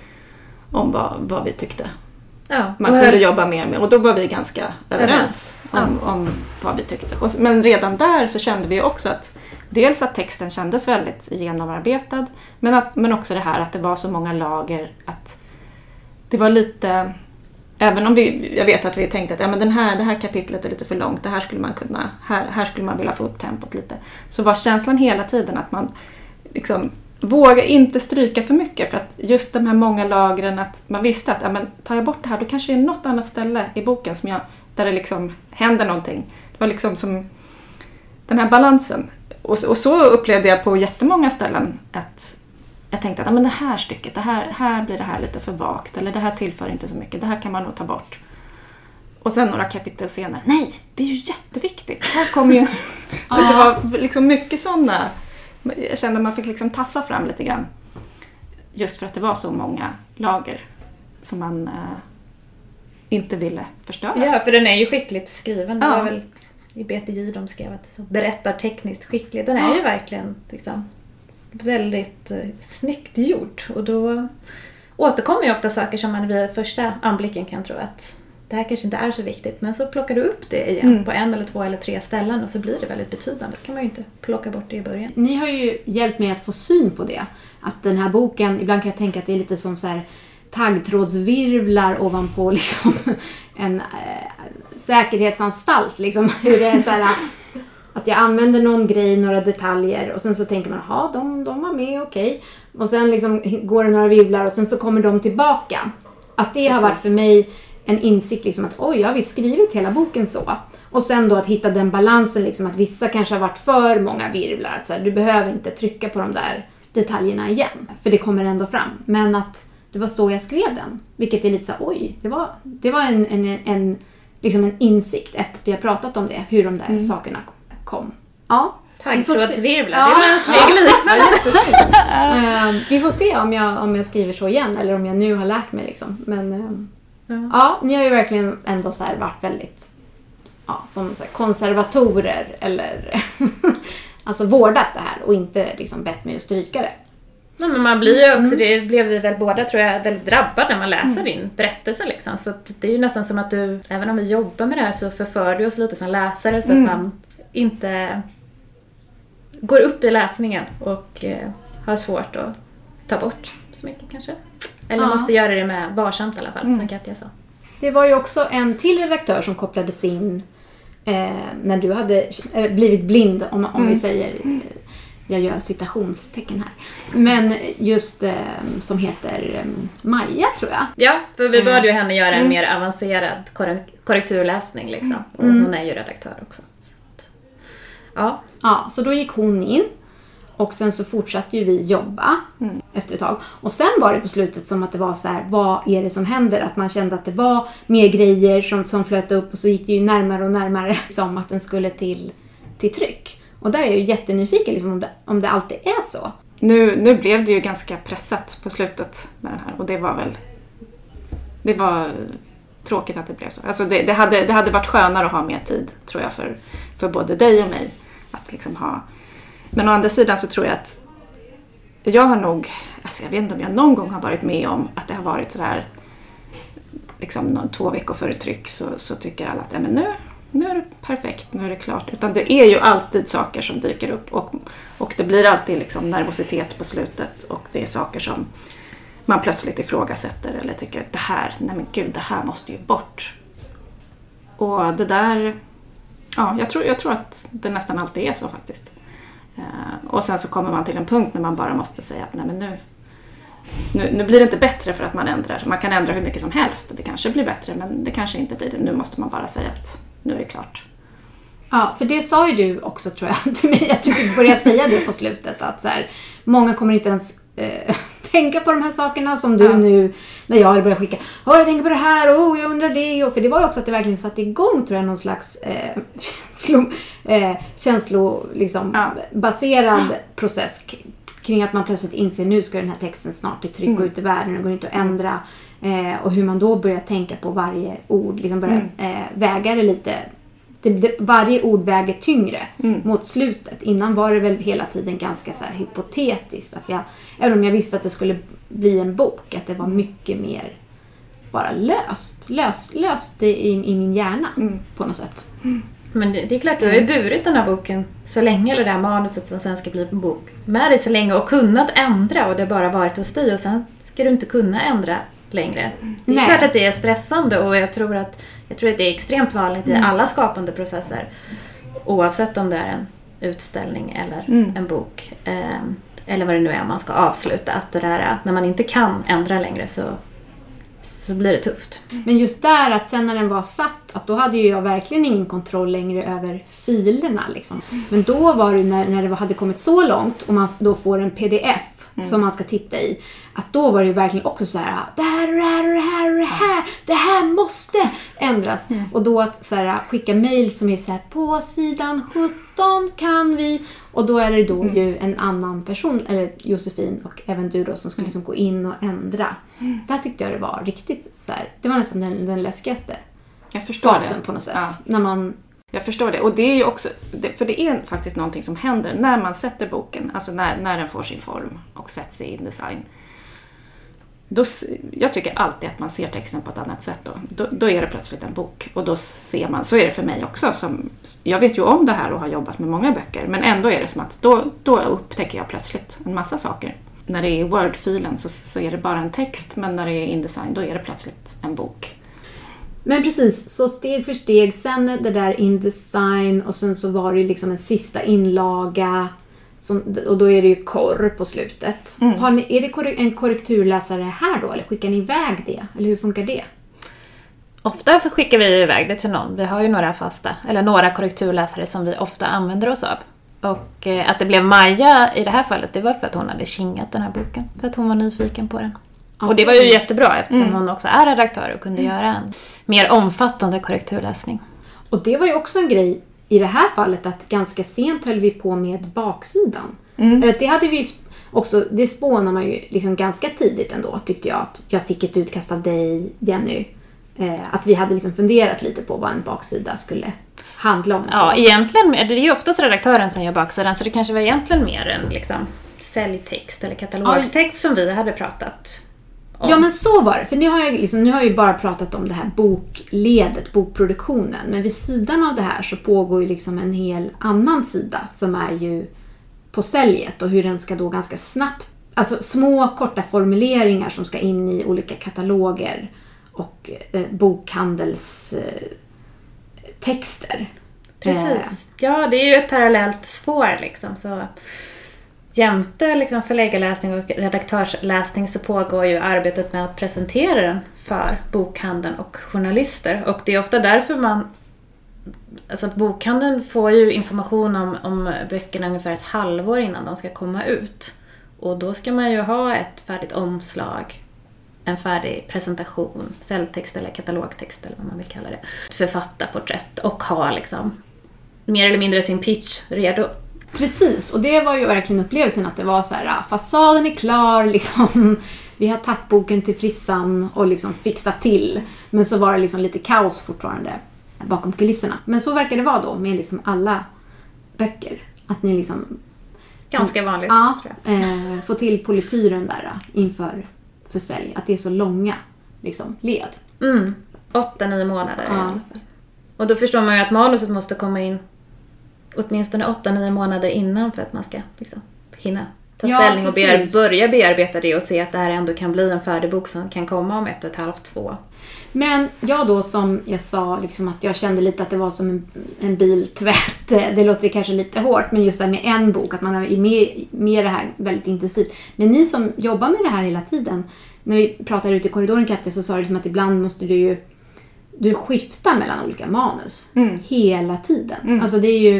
[SPEAKER 4] om vad, vad vi tyckte.
[SPEAKER 3] Ja,
[SPEAKER 4] man kunde jobba mer med. Och då var vi ganska överens om, ja. om vad vi tyckte. Och, men redan där så kände vi också att dels att texten kändes väldigt genomarbetad. Men, att, men också det här att det var så många lager. Att det var lite... Även om vi, jag vet att vi tänkte att ja, men den här, det här kapitlet är lite för långt. Det här skulle man kunna... Här, här skulle man vilja få upp tempot lite. Så var känslan hela tiden att man liksom... Våga inte stryka för mycket för att just de här många lagren att man visste att ja, men tar jag bort det här då kanske det är något annat ställe i boken som jag, där det liksom händer någonting. Det var liksom som den här balansen. Och, och så upplevde jag på jättemånga ställen att jag tänkte att ja, men det här stycket, det här, här blir det här lite för vagt eller det här tillför inte så mycket, det här kan man nog ta bort. Och sen några kapitel senare, nej det är ju jätteviktigt. Här kommer ju... Så det var liksom mycket sådana... Jag kände att man fick liksom tassa fram lite grann. Just för att det var så många lager som man äh, inte ville förstöra.
[SPEAKER 3] Ja, för den är ju skickligt skriven. Det
[SPEAKER 4] ja.
[SPEAKER 3] var väl i B T J de skrev att det så berättar tekniskt skickligt. Den är ja. ju verkligen liksom, väldigt uh, snyggt gjort. Och då återkommer ju ofta saker som man vid första anblicken kan tro att det här kanske inte är så viktigt. Men så plockar du upp det igen mm. på en eller två eller tre ställen och så blir det väldigt betydande. Då kan man ju inte plocka bort det i början.
[SPEAKER 2] Ni har ju hjälpt mig att få syn på det. Att den här boken, ibland kan jag tänka att det är lite som så här taggtrådsvirvlar ovanpå liksom en äh, säkerhetsanstalt. Liksom. Hur det är så här, att jag använder någon grej, några detaljer och sen så tänker man, ja de, de var med, okej. Okay. Och sen liksom går det några virvlar och sen så kommer de tillbaka. Att det Precis. har varit för mig en insikt liksom att oj, jag har vi skrivit hela boken så. Och sen då att hitta den balansen liksom att vissa kanske har varit för många virvlar. Att så här, du behöver inte trycka på de där detaljerna igen. För det kommer ändå fram. Men att det var så jag skrev den. Vilket är lite så här, oj, det var, det var en, en, en, liksom en insikt efter att vi har pratat om det. Hur de där mm. sakerna kom. Ja.
[SPEAKER 3] Taggtrådsvirvlar,
[SPEAKER 2] ja.
[SPEAKER 3] det var en snygg liknelse.
[SPEAKER 2] uh, Vi får se om jag, om jag skriver så igen. Eller om jag nu har lärt mig liksom. Men... Uh, Mm. Ja, ni har ju verkligen ändå så här varit väldigt ja, som så här konservatorer eller alltså vårdat det här och inte liksom bett mig att stryka det.
[SPEAKER 3] Ja, men man blir ju också, det blev vi väl båda tror jag väldigt drabbad när man läser mm. din berättelse liksom. Så det är ju nästan som att du, även om vi jobbar med det här så förför du oss lite som läsare så mm. att man inte går upp i läsningen och eh, har svårt att ta bort så mycket kanske. Eller ja. måste göra det med varsamt i alla fall, mm. som Katja sa.
[SPEAKER 2] Det var ju också en till redaktör som kopplades in eh, när du hade eh, blivit blind, om, om mm. vi säger, eh, jag gör citationstecken här. Men just eh, som heter eh, Maja tror jag.
[SPEAKER 3] Ja, för vi började ju henne göra en mm. mer avancerad korre- korrekturläsning liksom. Och mm. hon är ju redaktör också. Så, ja.
[SPEAKER 2] ja, så då gick hon in. Och sen så fortsatte ju vi jobba mm. efter ett tag. Och sen var det på slutet som att det var så här, vad är det som händer? Att man kände att det var mer grejer som, som flöt upp och så gick det ju närmare och närmare som att den skulle till, till tryck. Och där är jag ju jättenyfiken liksom, om, det, om det alltid är så.
[SPEAKER 4] Nu, nu blev det ju ganska pressat på slutet med den här och det var väl det var tråkigt att det blev så. Alltså det, det, hade, det hade varit skönare att ha mer tid tror jag för, för både dig och mig att liksom ha. Men å andra sidan så tror jag att jag har nog, alltså jag vet inte om jag någon gång har varit med om att det har varit så där liksom två veckor före tryck så, så tycker alla att ja, men nu, nu är det perfekt, nu är det klart. Utan det är ju alltid saker som dyker upp och, och det blir alltid liksom nervositet på slutet och det är saker som man plötsligt ifrågasätter eller tycker att det här, nej men gud, det här måste ju bort. Och det där, ja, jag tror, jag tror att det nästan alltid är så faktiskt. Uh, och sen så kommer man till en punkt när man bara måste säga att nej men nu, nu, nu blir det inte bättre för att man ändrar. Man kan ändra hur mycket som helst och det kanske blir bättre men det kanske inte blir det. Nu måste man bara säga att nu är det klart.
[SPEAKER 2] Ja, för det sa ju du också tror jag till mig. Jag tycker börja säga det på slutet. Att så här, många kommer inte ens eh, tänka på de här sakerna som du ja. nu, när jag börjar skicka. Åh, jag tänker på det här, och oh, jag undrar det. Och för det var ju också att det verkligen satte igång tror jag någon slags eh, känslo, eh, känslo liksom, ja. baserad ja. process kring att man plötsligt inser nu ska den här texten snart till tryck mm. ut i världen och går inte att ändra. Eh, och hur man då börjar tänka på varje ord, liksom börjar mm. eh, väga det lite. Det, det, varje ord väger tyngre mm. mot slutet. Innan var det väl hela tiden ganska så här hypotetiskt. Att jag, även om jag visste att det skulle bli en bok, att det var mycket mer bara löst. Löst, löst i, i min hjärna mm. på något sätt.
[SPEAKER 3] Mm. Men det, det är klart, du har ju burit den här boken så länge, eller det här manuset som sen ska bli en bok, med dig så länge och kunnat ändra och det bara varit hos dig och sen ska du inte kunna ändra längre. Det är Nej. klart att det är stressande och jag tror att, jag tror att det är extremt vanligt mm. i alla skapande processer oavsett om det är en utställning eller mm. en bok eh, eller vad det nu är man ska avsluta, att det där att när man inte kan ändra längre så så blir det tufft.
[SPEAKER 2] Men just där att sen när den var satt, att då hade ju jag verkligen ingen kontroll längre över filerna liksom. Men då var det när, när det hade kommit så långt och man då får en pdf mm. som man ska titta i, att då var det verkligen också så här: det här och det här och det här och det här, det här måste ändras. Mm. Och då att så här, skicka mejl som är så här: på sidan sjutton kan vi, och då är det då mm. ju en annan person, eller Josefin och även du då, som skulle liksom gå in och ändra. Mm. Där tyckte jag det var riktigt så här, det var nästan den, den läskigaste
[SPEAKER 4] jag förstår
[SPEAKER 2] fasen
[SPEAKER 4] det.
[SPEAKER 2] på något sätt.
[SPEAKER 4] Ja.
[SPEAKER 2] När man...
[SPEAKER 4] Jag förstår det. Och det är ju också, för det är faktiskt någonting som händer när man sätter boken, alltså när, när den får sin form och sätts i InDesign. Då, jag tycker alltid att man ser texten på ett annat sätt då. Då, då är det plötsligt en bok. Och då ser man, så är det för mig också. Som, jag vet ju om det här och har jobbat med många böcker. Men ändå är det som att då, då upptäcker jag plötsligt en massa saker. När det är i Word-filen så, så är det bara en text. Men när det är InDesign då är det plötsligt en bok.
[SPEAKER 2] Men precis, så steg för steg. Sen det där InDesign och sen så var det liksom en sista inlaga. Som, och då är det ju korr på slutet. Mm. Har ni, är det en korrekturläsare här då? Eller skickar ni iväg det? Eller hur funkar det?
[SPEAKER 3] Ofta skickar vi iväg det till någon. Vi har ju några fasta, eller några korrekturläsare som vi ofta använder oss av. Och eh, att det blev Maja i det här fallet, det var för att hon hade kingat den här boken. För att hon var nyfiken på den. Okay. Och det var ju jättebra eftersom mm. hon också är redaktör och kunde mm. göra en mer omfattande korrekturläsning.
[SPEAKER 2] Och det var ju också en grej i det här fallet, att ganska sent höll vi på med baksidan. Mm. Eller det hade vi också, det spånar man ju liksom ganska tidigt ändå, tyckte jag. Att jag fick ett utkast av dig, Jenny. Eh, att vi hade liksom funderat lite på vad en baksida skulle handla om.
[SPEAKER 3] Ja, egentligen, det är ju oftast redaktören som gör baksidan, så det kanske var egentligen mer en liksom säljtext eller katalogtext Aj. som vi hade pratat om.
[SPEAKER 2] Ja, men så var det. För nu har jag, liksom, nu har jag ju bara pratat om det här bokledet, bokproduktionen. Men vid sidan av det här så pågår ju liksom en hel annan sida som är ju på säljet. Och hur den ska då ganska snabbt, alltså små korta formuleringar som ska in i olika kataloger och eh, bokhandelstexter. Eh,
[SPEAKER 3] Precis. Ja, det är ju ett parallellt spår liksom, så... Jämte liksom förläggarläsning och redaktörsläsning så pågår ju arbetet med att presentera den för bokhandeln och journalister. Och det är ofta därför man... Alltså att bokhandeln får ju information om, om böckerna ungefär ett halvår innan de ska komma ut. Och då ska man ju ha ett färdigt omslag, en färdig presentation, säljtext eller katalogtext eller vad man vill kalla det. Författarporträtt och ha liksom mer eller mindre sin pitch redo.
[SPEAKER 2] Precis, och det var ju verkligen upplevelsen att det var så här, fasaden är klar, liksom, vi har tagit boken till frissan och liksom fixat till. Men så var det liksom lite kaos fortfarande bakom kulisserna. Men så verkar det vara då med liksom alla böcker. Att ni liksom...
[SPEAKER 3] Ganska vanligt,
[SPEAKER 2] ja,
[SPEAKER 3] tror jag.
[SPEAKER 2] Eh, få till polityren där inför för sälj. Att det är så långa liksom, led.
[SPEAKER 3] Mm. Åtta, nio månader
[SPEAKER 2] ja.
[SPEAKER 3] i alla fall. Och då förstår man ju att manuset måste komma in åtminstone åtta nio månader innan för att man ska liksom hinna ta
[SPEAKER 2] Ja,
[SPEAKER 3] ställning och bear,
[SPEAKER 2] precis.
[SPEAKER 3] börja bearbeta det och se att det här ändå kan bli en färdig bok som kan komma om ett och ett halvt, två.
[SPEAKER 2] Men jag då, som jag sa, liksom att jag kände lite att det var som en, en biltvätt. Det låter kanske lite hårt, men just det här med en bok, att man är med, med det här väldigt intensivt. Men ni som jobbar med det här hela tiden, när vi pratade ute i korridoren, Katja, så sa du liksom att ibland måste du ju du skiftar mellan olika manus
[SPEAKER 4] Mm.
[SPEAKER 2] hela tiden.
[SPEAKER 4] Mm.
[SPEAKER 2] Alltså det är ju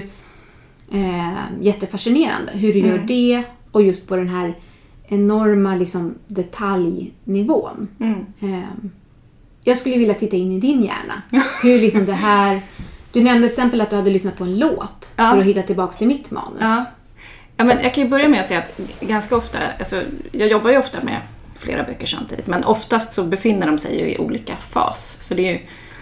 [SPEAKER 2] eh, jättefascinerande hur du gör
[SPEAKER 4] Mm.
[SPEAKER 2] det, och just på den här enorma liksom, detaljnivån.
[SPEAKER 4] Mm.
[SPEAKER 2] Eh, jag skulle vilja titta in i din hjärna. Hur liksom det här... Du nämnde till exempel att du hade lyssnat på en låt
[SPEAKER 4] Ja.
[SPEAKER 2] för att hitta tillbaka till mitt manus.
[SPEAKER 4] Ja. Ja, men jag kan ju börja med att säga att ganska ofta, alltså, jag jobbar ju ofta med flera böcker samtidigt, men oftast så befinner de sig ju i olika fas. Så det är ju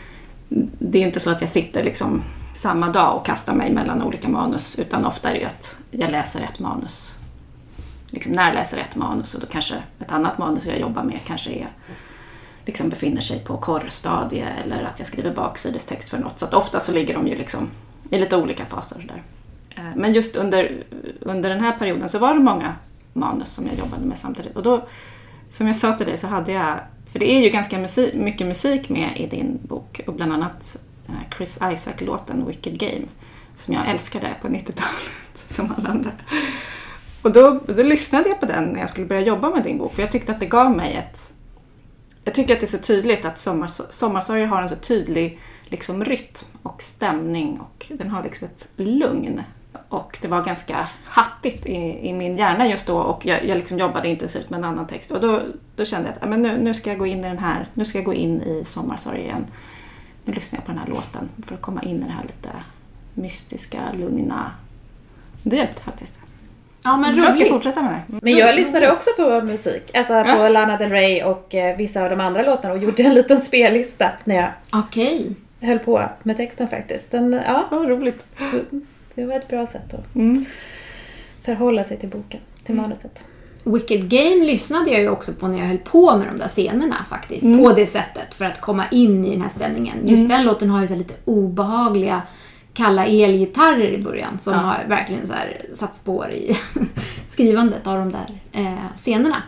[SPEAKER 4] det är ju inte så att jag sitter liksom samma dag och kastar mig mellan olika manus, utan ofta är det ju att jag läser ett manus. Liksom när jag läser ett manus, och då kanske ett annat manus jag jobbar med kanske är, liksom befinner sig på korrstadie, eller att jag skriver baksidestext för något. Så att ofta så ligger de ju liksom i lite olika faser. Så där. Men just under, under den här perioden så var det många manus som jag jobbade med samtidigt. Och då, som jag sa till dig, så hade jag... För det är ju ganska musik, mycket musik med i din bok. Och bland annat den här Chris Isaak-låten Wicked Game. Som jag älskade på nittiotalet, som alla andra. Och då, då lyssnade jag på den när jag skulle börja jobba med din bok. För jag tyckte att det gav mig ett... Jag tycker att det är så tydligt att sommars, Sommarsorger har en så tydlig liksom, rytm och stämning. Och den har liksom ett lugn. Och det var ganska hattigt i, i min hjärna just då. Och jag, jag liksom jobbade intensivt med en annan text. Och då, då kände jag att men nu, nu ska jag gå in i den här. Nu ska jag gå in i Sommarsorger igen. Nu lyssnar jag på den här låten. För att komma in i det här lite mystiska, lugna. Det hjälpte faktiskt.
[SPEAKER 2] Ja, men
[SPEAKER 4] jag tror jag ska
[SPEAKER 2] roligt.
[SPEAKER 4] fortsätta med det.
[SPEAKER 3] Men jag lyssnade också på musik. Alltså på
[SPEAKER 4] Ja.
[SPEAKER 3] Lana Del Rey och eh, vissa av de andra låtarna. Och gjorde en liten spellista när jag
[SPEAKER 2] Okej.
[SPEAKER 3] höll på med texten faktiskt. Den, ja,
[SPEAKER 4] Vad roligt.
[SPEAKER 3] det var ett bra sätt att
[SPEAKER 4] Mm.
[SPEAKER 3] förhålla sig till boken, till manuset.
[SPEAKER 2] Wicked Game lyssnade jag ju också på när jag höll på med de där scenerna faktiskt.
[SPEAKER 4] Mm.
[SPEAKER 2] På det sättet, för att komma in i den här stämningen. Just
[SPEAKER 4] Mm.
[SPEAKER 2] den låten har ju så här lite obehagliga kalla elgitarrer i början. Som
[SPEAKER 4] Ja.
[SPEAKER 2] har verkligen så här satt spår i skrivandet av de där eh, scenerna.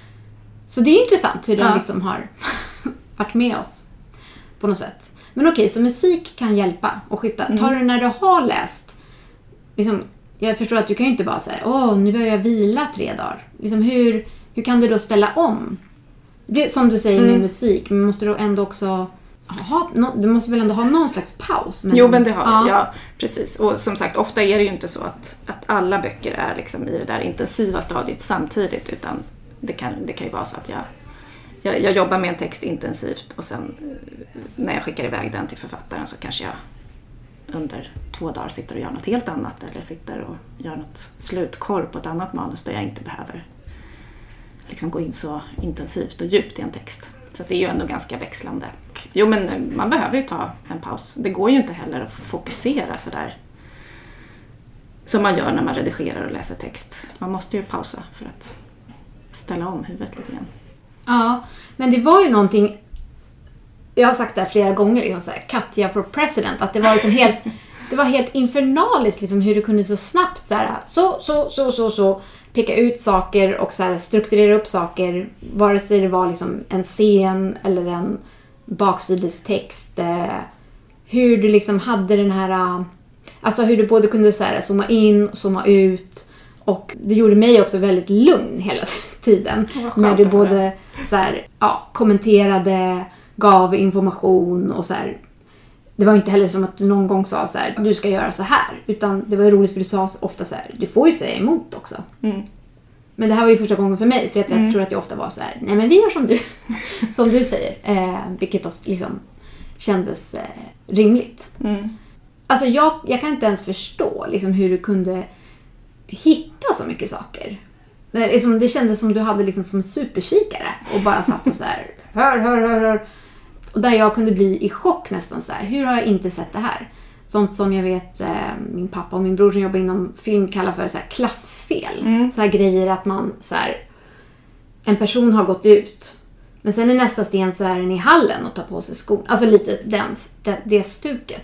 [SPEAKER 2] Så det är intressant hur den
[SPEAKER 4] Ja.
[SPEAKER 2] liksom har varit med oss på något sätt. Men okej, så musik kan hjälpa och skifta.
[SPEAKER 4] Mm.
[SPEAKER 2] Tar du när du har läst... Liksom, jag förstår att du kan ju inte bara säga åh, nu behöver jag vila tre dagar. Liksom, hur, hur kan du då ställa om? Det som du säger med
[SPEAKER 4] Mm.
[SPEAKER 2] musik, men måste du ändå också ha, no, du måste väl ändå ha någon slags paus? mellan-
[SPEAKER 4] Jo, men det har
[SPEAKER 2] ja.
[SPEAKER 4] jag. Ja, precis. Och som sagt, ofta är det ju inte så att, att alla böcker är liksom i det där intensiva stadiet samtidigt, utan det kan, det kan ju vara så att jag, jag, jag jobbar med en text intensivt och sen eh, när jag skickar iväg den till författaren så kanske jag under två dagar sitter och gör något helt annat, eller sitter och gör något slutkorr på ett annat manus där jag inte behöver liksom gå in så intensivt och djupt i en text. Så det är ju ändå ganska växlande. Jo, men man behöver ju ta en paus. Det går ju inte heller att fokusera så där som man gör när man redigerar och läser text. Man måste ju pausa för att ställa om huvudet lite grann.
[SPEAKER 2] Ja, men det var ju någonting... Jag har sagt det här flera gånger, liksom så här, Katja for president, att det var liksom helt, det var helt infernaliskt liksom, hur du kunde så snabbt så, här, så, så, så, så, så peka ut saker och så här, strukturera upp saker, vare sig det var liksom en scen eller en baksidestext. Eh, hur du liksom hade den här... eh, Alltså hur du både kunde så här, zooma in och zooma ut. Och det gjorde mig också väldigt lugn hela tiden.
[SPEAKER 4] Vad skönt
[SPEAKER 2] När du
[SPEAKER 4] att höra.
[SPEAKER 2] både så här, ja, kommenterade, gav information och så här. Det var inte heller som att du någon gång sa så här, du ska göra så här. Utan det var roligt för du sa ofta så här, du får ju säga emot också.
[SPEAKER 4] Mm.
[SPEAKER 2] Men det här var ju första gången för mig, så jag, jag
[SPEAKER 4] Mm.
[SPEAKER 2] tror att jag ofta var så här, nej men vi gör som du, som du säger. Eh, vilket ofta liksom kändes eh, rimligt.
[SPEAKER 4] Mm.
[SPEAKER 2] Alltså jag, jag kan inte ens förstå liksom, hur du kunde hitta så mycket saker. Det, liksom, det kändes som du hade liksom, som en superkikare och bara satt och så här, hör, hör, hör, hör. Och där jag kunde bli i chock nästan så här, hur har jag inte sett det här? Sånt som jag vet eh, min pappa och min bror som jobbar inom film kallar för så här klafffel.
[SPEAKER 4] Mm.
[SPEAKER 2] Så här grejer att man så här, en person har gått ut. Men sen i nästa sten så är den i hallen och tar på sig skon. Alltså lite den, det, det stuket.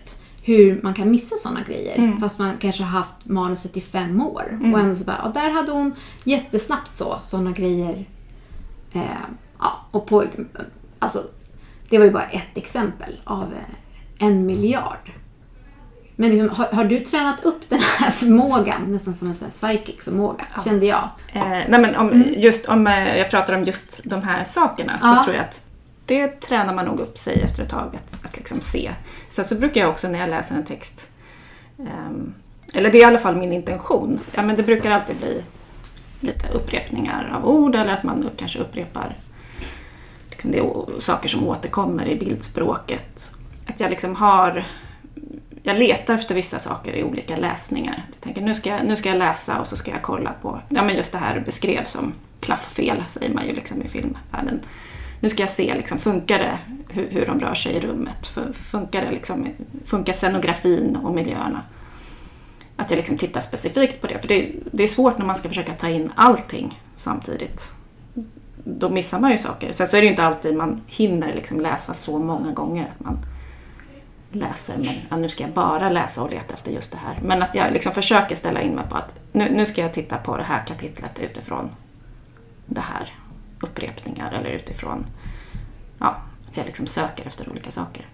[SPEAKER 1] hur man kan missa sådana grejer.
[SPEAKER 4] Mm.
[SPEAKER 1] Fast man kanske har haft manuset i fem år.
[SPEAKER 4] Mm.
[SPEAKER 1] Och ändå så bara, ja, där hade hon jättesnabbt så, sådana grejer. Eh, ja, och på, alltså, det var ju bara ett exempel av eh, en miljard. Men liksom, har, har du tränat upp den här förmågan, nästan som en sån här psychic förmåga,
[SPEAKER 4] Ja.
[SPEAKER 1] kände jag.
[SPEAKER 4] Eh, nej men om,
[SPEAKER 1] Mm.
[SPEAKER 4] just om eh, jag pratar om just de här sakerna så
[SPEAKER 1] Ja.
[SPEAKER 4] tror jag att det tränar man nog upp sig efter ett tag att, att liksom se. Sen så brukar jag också när jag läser en text, ehm, eller det är i alla fall min intention, ja, men det brukar alltid bli lite upprepningar av ord eller att man kanske upprepar liksom det är saker som återkommer i bildspråket. Att jag liksom har, jag letar efter vissa saker i olika läsningar. Jag tänker nu ska jag, nu ska jag läsa och så ska jag kolla på, ja men just det här beskrevs som klafffel säger man ju liksom i filmvärlden. Nu ska jag se, liksom, funkar det hur, hur de rör sig i rummet? Funkar det liksom, funkar scenografin och miljöerna? Att jag liksom tittar specifikt på det. För det, det är svårt när man ska försöka ta in allting samtidigt. Då missar man ju saker. Sen så är det ju inte alltid man hinner liksom läsa så många gånger att man läser. Men ja, nu ska jag bara läsa och leta efter just det här. Men att jag liksom försöker ställa in mig på att nu, nu ska jag titta på det här kapitlet utifrån det här. Upprepningar eller utifrån ja, att jag liksom söker efter olika saker.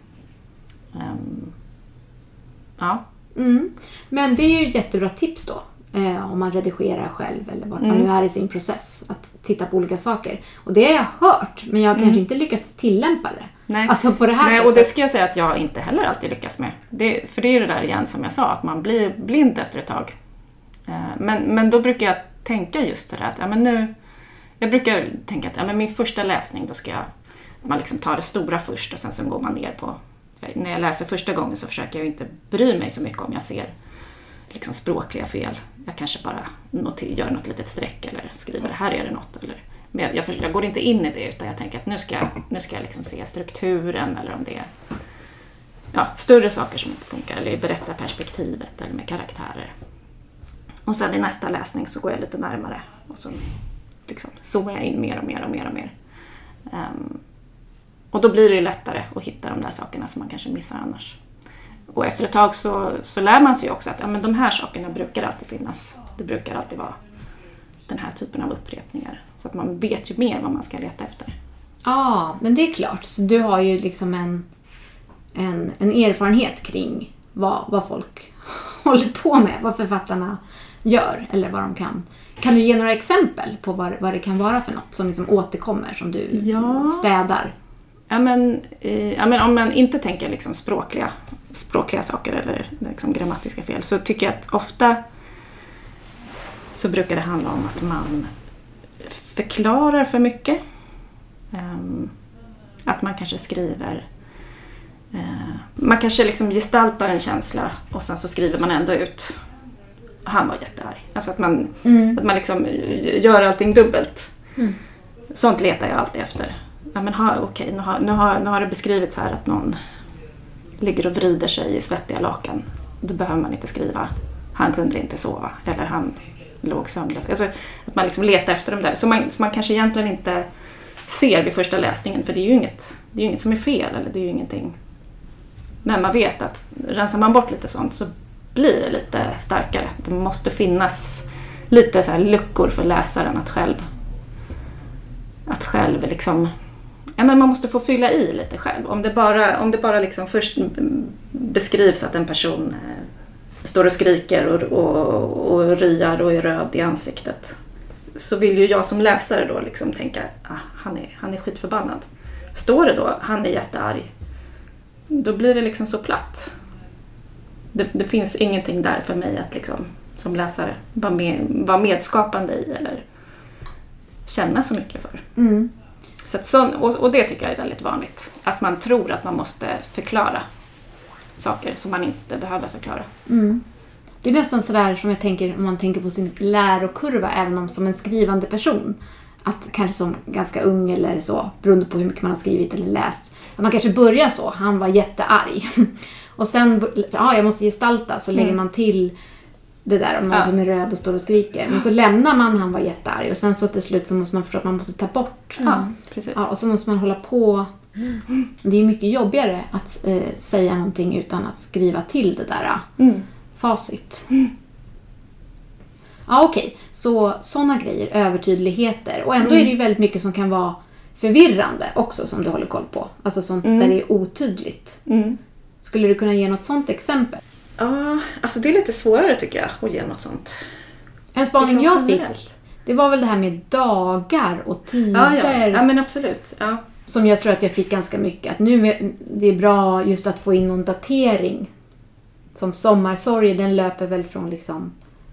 [SPEAKER 4] Um, ja.
[SPEAKER 1] Mm. Men det är ju ett jättebra tips då. Eh, om man redigerar själv eller vad man
[SPEAKER 4] Mm.
[SPEAKER 1] nu är i sin process. Att titta på olika saker. Och det har jag hört. Men jag har kanske inte lyckats tillämpa det.
[SPEAKER 4] Nej.
[SPEAKER 1] Alltså på det här
[SPEAKER 4] Nej,
[SPEAKER 1] sättet.
[SPEAKER 4] och det ska jag säga att jag inte heller alltid lyckas med. Det, för det är ju det där igen som jag sa, att man blir blind efter ett tag. Uh, men, men då brukar jag tänka just sådär att ja, men nu jag brukar tänka att ja, men min första läsning, då ska jag man liksom tar det stora först och sen så går man ner på... När jag läser första gången så försöker jag inte bry mig så mycket om jag ser liksom språkliga fel. Jag kanske bara noter, gör något litet streck eller skriver här är det något. Eller, men jag, jag, jag går inte in i det utan jag tänker att nu ska, nu ska jag liksom se strukturen eller om det är ja, större saker som inte funkar eller berättarperspektivet eller med karaktärer. Och sen i nästa läsning så går jag lite närmare och så liksom zoomar jag in mer och mer och mer och mer. Um, och då blir det ju lättare att hitta de där sakerna som man kanske missar annars. Och efter ett tag så, så lär man sig ju också att ja, men de här sakerna brukar alltid finnas. Det brukar alltid vara den här typen av upprepningar. Så att man vet ju mer vad man ska leta efter.
[SPEAKER 1] Ja, men det är klart. Så du har ju liksom en, en, en erfarenhet kring vad, vad folk håller på med. Vad författarna gör eller vad de kan. Kan du ge några exempel på vad, vad det kan vara för något som liksom återkommer som du
[SPEAKER 4] Ja.
[SPEAKER 1] städar?
[SPEAKER 4] Ja, men, eh, ja, men om man inte tänker liksom språkliga, språkliga saker eller liksom grammatiska fel så tycker jag att ofta så brukar det handla om att man förklarar för mycket. Um, att man kanske skriver uh, man kanske liksom gestaltar en känsla och sen så skriver man ändå ut han var jättearg. Alltså att man,
[SPEAKER 1] Mm.
[SPEAKER 4] att man liksom gör allting dubbelt.
[SPEAKER 3] Mm.
[SPEAKER 4] Sånt letar jag alltid efter. Ja, men ha, okej, nu har, nu, har, nu har det beskrivits här att någon ligger och vrider sig i svettiga lakan. Då behöver man inte skriva han kunde inte sova eller han låg sömnlös. Alltså, att man liksom letar efter dem där. Så man, så man kanske egentligen inte ser vid första läsningen för det är ju inget, det är ju inget som är fel eller det är ju ingenting. Men man vet att rensar man bort lite sånt så blir det lite starkare. Det måste finnas lite så här luckor för läsaren att själv att själv liksom ja, men man måste få fylla i lite själv. Om det bara, om det bara liksom först beskrivs att en person eh, står och skriker och, och, och ryar och är röd i ansiktet så vill ju jag som läsare då liksom tänka ah, han, är, han är skitförbannad. Står det då han är jättearg då blir det liksom så platt. Det, det finns ingenting där för mig att liksom, som läsare vara, med, vara medskapande i eller känna så mycket för.
[SPEAKER 1] Mm.
[SPEAKER 4] Så att så, och, och det tycker jag är väldigt vanligt. Att man tror att man måste förklara saker som man inte behöver förklara.
[SPEAKER 1] Mm. Det är nästan sådär som jag tänker om man tänker på sin lärokurva även om som en skrivande person. Att kanske som ganska ung eller så, beroende på hur mycket man har skrivit eller läst. Att man kanske börjar så, han var jättearg. Och sen, ja jag måste gestalta, så lägger
[SPEAKER 4] Mm.
[SPEAKER 1] man till det där om någon
[SPEAKER 4] Ja.
[SPEAKER 1] som är röd och står och skriker. Men så lämnar man han var jättearg och sen så till slut så måste man förstå att man måste ta bort.
[SPEAKER 4] Ja, precis.
[SPEAKER 1] Ja, och så måste man hålla på
[SPEAKER 5] Mm. Det är mycket jobbigare att eh, säga någonting utan att skriva till det där
[SPEAKER 4] Mm.
[SPEAKER 5] facit. Mm. Ja, okej. Okay. Så sådana grejer, övertydligheter. Och ändå mm. är det ju väldigt mycket som kan vara förvirrande också som du håller koll på. Alltså sånt mm. där det är otydligt. Mm. Skulle du kunna ge något sånt exempel?
[SPEAKER 4] Ja, alltså det är lite svårare tycker jag att ge något sånt.
[SPEAKER 5] En spaning liksom jag fick, det var väl det här med dagar och tider.
[SPEAKER 4] Ja, ja. Ja men absolut. Ja.
[SPEAKER 5] Som jag tror att jag fick ganska mycket. Att nu är det är bra just att få in någon datering. Som Sommarsorg, den löper väl från liksom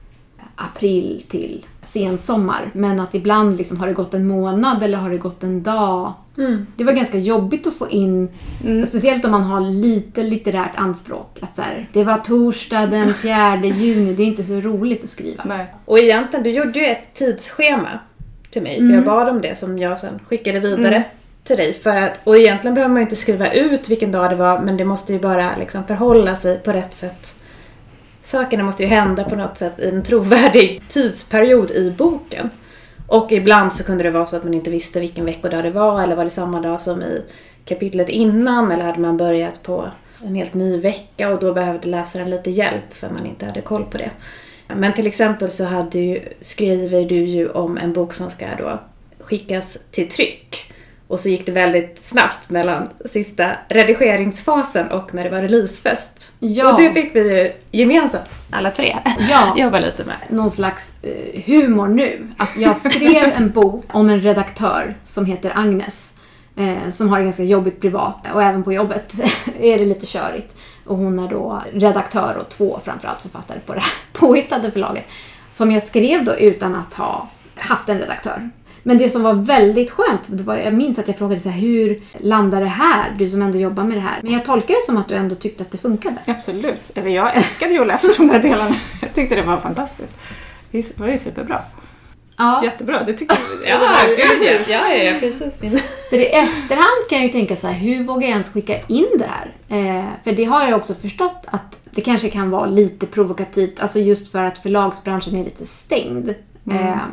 [SPEAKER 5] april till sensommar. Men att ibland liksom har det gått en månad eller har det gått en dag. Mm. Det var ganska jobbigt att få in, mm. speciellt om man har lite litterärt anspråk. Att så här, det var torsdag den fjärde juni, det är inte så roligt att skriva.
[SPEAKER 3] Nej. Och egentligen, du gjorde ju ett tidsschema till mig. Mm. För jag bad om det som jag sen skickade vidare mm. till dig. För att, och egentligen behöver man ju inte skriva ut vilken dag det var, men det måste ju bara liksom förhålla sig på rätt sätt. Sakerna måste ju hända på något sätt i en trovärdig tidsperiod i boken. Och ibland så kunde det vara så att man inte visste vilken veckodag det var. Eller var det samma dag som i kapitlet innan. Eller hade man börjat på en helt ny vecka. Och då behövde läsaren lite hjälp för man inte hade koll på det. Men till exempel så hade ju, skriver du ju om en bok som ska då skickas till tryck. Och så gick det väldigt snabbt mellan sista redigeringsfasen och när det var releasefest. Ja. Och det fick vi ju gemensamt, alla tre, ja. jobba lite med.
[SPEAKER 5] Någon slags eh, humor nu. Att jag skrev en bok om en redaktör som heter Agnes. Eh, som har det ganska jobbigt privat. Och även på jobbet är det lite körigt. Och hon är då redaktör och två framförallt författare på det här påhittade förlaget. Som jag skrev då utan att ha haft en redaktör. Men det som var väldigt skönt, det var, jag minns att jag frågade så här, hur landar det här? Du som ändå jobbar med det här. Men jag tolkar det som att du ändå tyckte att det funkade.
[SPEAKER 4] Absolut. Alltså jag älskade ju att läsa de här delarna. Jag tyckte det var fantastiskt. Det var ju superbra. Ja. Jättebra, det tycker jag.
[SPEAKER 3] Ja, ja, ja, ja, ja, precis.
[SPEAKER 5] För i efterhand kan jag ju tänka så här, hur vågar jag ens skicka in det här? Eh, för det har jag också förstått att det kanske kan vara lite provokativt. Alltså just för att förlagsbranschen är lite stängd. Mm. Eh,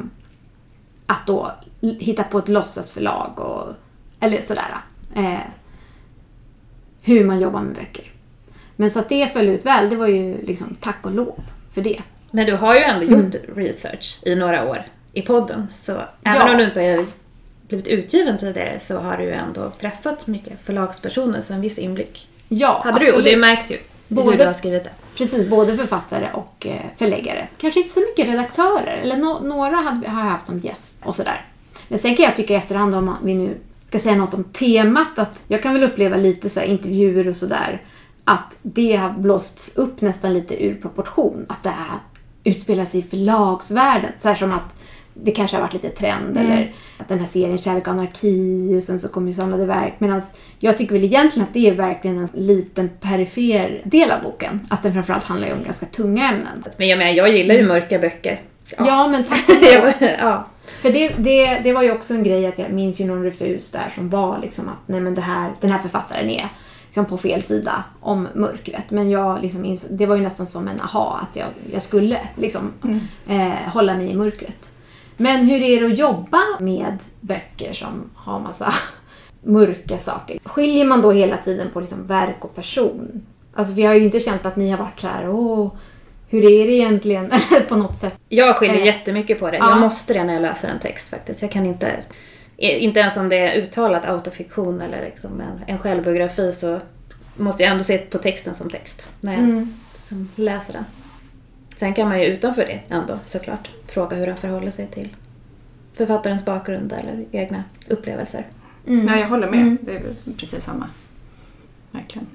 [SPEAKER 5] att då hitta på ett låtsasförlag och, eller sådär. Eh, hur man jobbar med böcker. Men så att det föll ut väl, det var ju liksom tack och lov för det.
[SPEAKER 3] Men du har ju ändå gjort mm. research i några år i podden. Så även ja. om du inte har blivit utgiven tidigare så har du ju ändå träffat mycket förlagspersoner så en viss inblick.
[SPEAKER 5] Ja,
[SPEAKER 3] hade du, och det märks ju både, hur du har skrivit det.
[SPEAKER 5] Precis, både författare och förläggare. Kanske inte så mycket redaktörer. Eller no- några hade, har jag haft som gäst och sådär. Men sen kan jag tycka i efterhand om vi nu ska säga något om temat. Att jag kan väl uppleva lite så här intervjuer och sådär. Att det har blåsts upp nästan lite ur proportion. Att det här utspelar sig i förlagsvärlden. Så här som att det kanske har varit lite trend. Mm. Eller att den här serien Kärlek och anarki. Och sen så kommer ju samlade verk. Medan jag tycker väl egentligen att det är verkligen en liten perifer del av boken. Att den framförallt handlar ju om ganska tunga ämnen.
[SPEAKER 3] Men jag, menar, jag gillar ju mörka böcker.
[SPEAKER 5] Ja, ja men tack. ja. För det, det, det var ju också en grej att jag minns ju någon refus där som var liksom att nej men det här, den här författaren är liksom på fel sida om mörkret. Men jag liksom insåg, det var ju nästan som en aha att jag, jag skulle liksom mm. eh, hålla mig i mörkret. Men hur är det att jobba med böcker som har massa mörka saker? Skiljer man då hela tiden på liksom verk och person? Alltså för jag har ju inte känt att ni har varit så här, åh, hur är det egentligen på något sätt?
[SPEAKER 3] Jag skiljer eh. jättemycket på det. Ja. Jag måste det när jag läser en text faktiskt. Jag kan inte, inte ens om det är uttalat autofiktion eller liksom en, en självbiografi så måste jag ändå se på texten som text när jag mm. liksom läser den. Sen kan man ju utanför det ändå såklart fråga hur han förhåller sig till författarens bakgrund eller egna upplevelser.
[SPEAKER 4] Mm. Ja, jag håller med. Mm. Det är precis samma. Verkligen.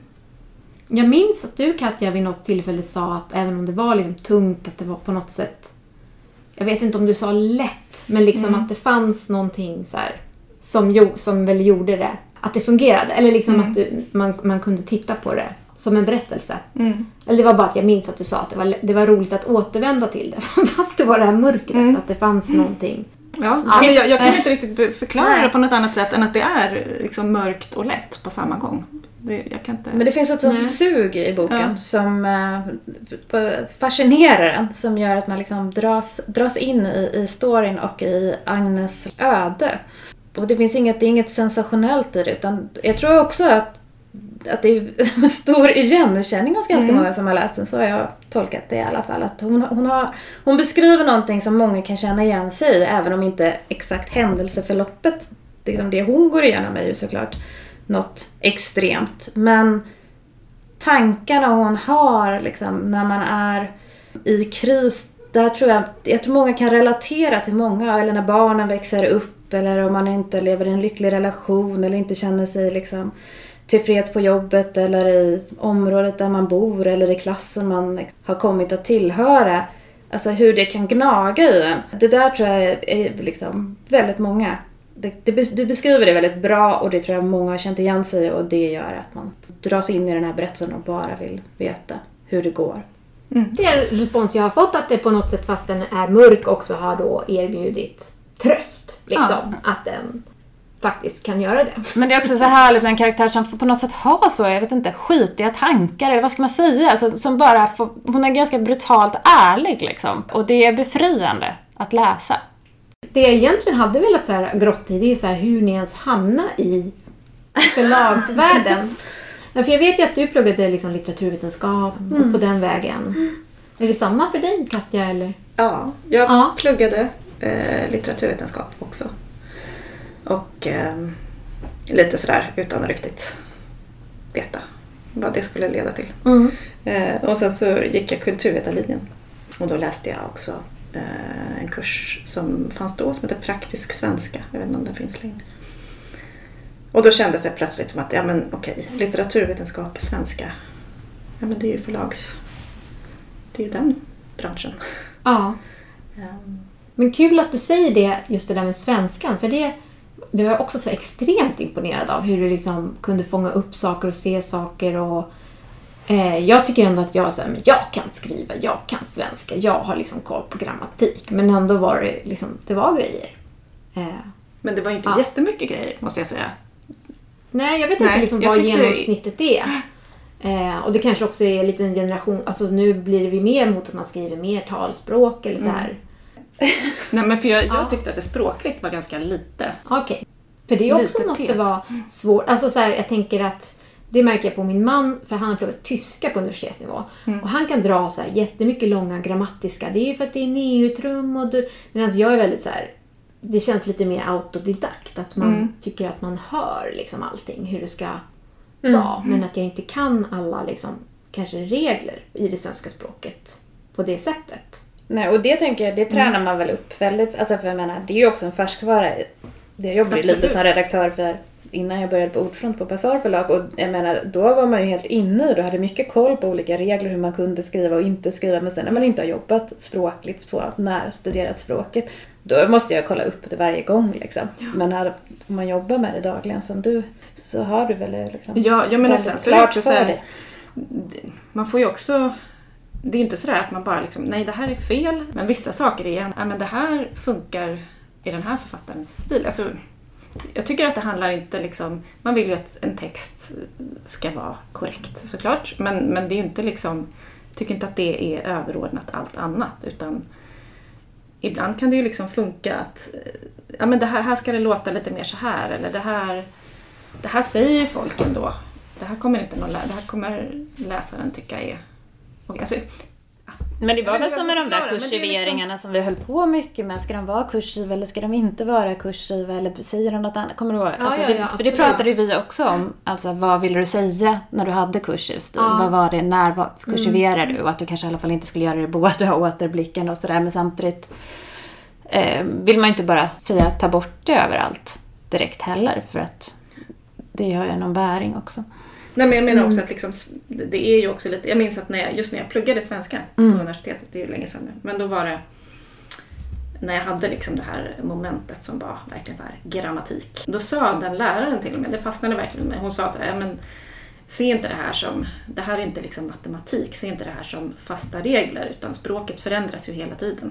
[SPEAKER 5] Jag minns att du, Katja, vid något tillfälle sa att även om det var liksom tungt, att det var på något sätt, jag vet inte om du sa lätt, men liksom mm. att det fanns någonting så här, som, jo, som väl gjorde det, att det fungerade. Eller liksom mm. att du, man, man kunde titta på det som en berättelse. Mm. Eller det var bara att jag minns att du sa att det var, det var roligt att återvända till det. Fast det var det här mörkret, mm. att det fanns mm. någonting.
[SPEAKER 4] Ja, ja men jag, jag kan inte riktigt förklara Nej. det på något annat sätt än att det är liksom mörkt och lätt på samma gång. Det, jag kan inte...
[SPEAKER 3] Men det finns ett sånt sug i boken ja. som uh, fascinerar en. Som gör att man liksom dras, dras in i, i storyn och i Agnes öde. och det finns inget, det är inget sensationellt i det, utan jag tror också att, att det är stor igenkänning hos ganska mm. många som har läst den, så har jag tolkat det i alla fall. Att hon, hon, har, hon beskriver någonting som många kan känna igen sig i, även om inte exakt händelseförloppet, liksom det hon går igenom är ju såklart något extremt. Men tankarna hon har liksom, när man är i kris, där tror jag, jag tror många kan relatera till många, eller när barnen växer upp, eller om man inte lever i en lycklig relation, eller inte känner sig liksom tillfreds på jobbet, eller i området där man bor, eller i klassen man har kommit att tillhöra. Alltså hur det kan gnaga i en. Det där tror jag är, är liksom väldigt många. Det, det, du beskriver det väldigt bra, och det tror jag många har känt igen sig, och det gör att man dras in i den här berättelsen och bara vill veta hur det går.
[SPEAKER 5] Mm. Det är en respons jag har fått, att det på något sätt, fast den är mörk, också har då erbjudit tröst. Liksom, ja. Att den faktiskt kan göra det.
[SPEAKER 3] Men det är också så härligt med en karaktär som på något sätt har så, jag vet inte, skitiga tankar, vad ska man säga, alltså, som bara får, hon är ganska brutalt ärlig liksom, och det är befriande att läsa.
[SPEAKER 5] Det jag egentligen hade velat så här grotta i, det är så här hur ni ens hamnar i förlagsvärlden. Ja, för jag vet ju att du pluggade liksom litteraturvetenskap mm. och på den vägen. Mm. Är det samma för dig, Katja? Eller?
[SPEAKER 4] Ja, jag ja. pluggade eh, litteraturvetenskap också. Och eh, lite sådär utan att riktigt veta vad det skulle leda till. Mm. Eh, och sen så gick jag kulturvetarlinjen. Och då läste jag också eh, en kurs som fanns då som heter praktisk svenska. Jag vet inte om den finns längre. Och då kändes det plötsligt som att, ja men okej, litteraturvetenskap, svenska. Ja men det är ju förlags... Det är ju den branschen.
[SPEAKER 5] Ja. Um. Men kul att du säger det, just det där med svenskan. För det, det var jag också så extremt imponerad av. Hur du liksom kunde fånga upp saker och se saker. Och, eh, jag tycker ändå att jag, så här, men jag kan skriva, jag kan svenska. Jag har liksom koll på grammatik. Men ändå var det liksom, det var grejer. Eh,
[SPEAKER 4] men det var ju inte ja. jättemycket grejer, måste jag säga.
[SPEAKER 5] Nej, jag vet Nej, inte liksom vad genomsnittet är. Eh, och det kanske också är en liten generation, alltså nu blir vi mer mot att man skriver mer talspråk eller så här.
[SPEAKER 4] Mm. Nej, men för jag, jag ja. tyckte att det språkligt var ganska lite.
[SPEAKER 5] Okej. Okay. För det är också måste vara svårt. Alltså så här, jag tänker att det märker jag på min man, för han har pluggat tyska på universitetsnivå. Mm. Och han kan dra så här jättemycket långa grammatiska. Det är ju för att det är neutrum och du, medan jag är väldigt så här, det känns lite mer autodidakt, att man mm. tycker att man hör liksom allting, hur det ska mm. vara, men att jag inte kan alla liksom, kanske regler i det svenska språket på det sättet.
[SPEAKER 3] Nej, och det tänker jag, det tränar mm. man väl upp väldigt, alltså för jag menar, det är ju också en färskvara. Jag jobbade ju lite som redaktör för innan jag började på Ordfront på Bazaar förlag, och jag menar, då var man ju helt inne, då hade mycket koll på olika regler, hur man kunde skriva och inte skriva, men sen när man inte har jobbat språkligt så, när studerat språket, då måste jag kolla upp det varje gång liksom. Ja. Men här, om man jobbar med det dagligen som du, så har du väl liksom
[SPEAKER 4] ja, jag menar sen så är det också så här, man får ju också, det är inte sådär att man bara liksom, nej det här är fel, men vissa saker är, ja men det här funkar i den här författarens stil. Alltså, jag tycker att det handlar inte liksom, man vill ju att en text ska vara korrekt såklart, men, men det är ju inte liksom, jag tycker inte att det är överordnat allt annat, utan ibland kan det ju liksom funka att ja men det här, här ska det låta lite mer så här, eller det här det här säger ju folk ändå. Det här kommer inte någon lä- det här kommer läsaren tycka är okay, alltså,
[SPEAKER 3] men det var väl som med de där kursiveringarna liksom, som vi höll på mycket med. Ska de vara kursiva eller ska de inte vara kursiva, eller säger de något annat? Kommer du ihåg?
[SPEAKER 5] Ja,
[SPEAKER 3] alltså,
[SPEAKER 5] ja,
[SPEAKER 3] det,
[SPEAKER 5] ja,
[SPEAKER 3] för det pratade vi också om. Alltså, vad ville du säga när du hade kursiv stil? Ja. Vad var det? När var, kursiverade mm. du? Och att du kanske i alla fall inte skulle göra det båda återblicken och sådär. Men samtidigt eh, vill man inte bara säga ta bort det överallt direkt heller. För att det har ju någon bäring också.
[SPEAKER 4] Nej, men jag menar också att liksom, det är ju också lite, jag minns att när jag, just när jag pluggade svenska mm. på universitetet, det är ju länge sedan nu, men då var det när jag hade liksom det här momentet som var verkligen så här grammatik. Då sa den läraren till och med, det fastnade verkligen med, hon sa så här, men se inte det här som, det här är inte liksom matematik, se inte det här som fasta regler, utan språket förändras ju hela tiden.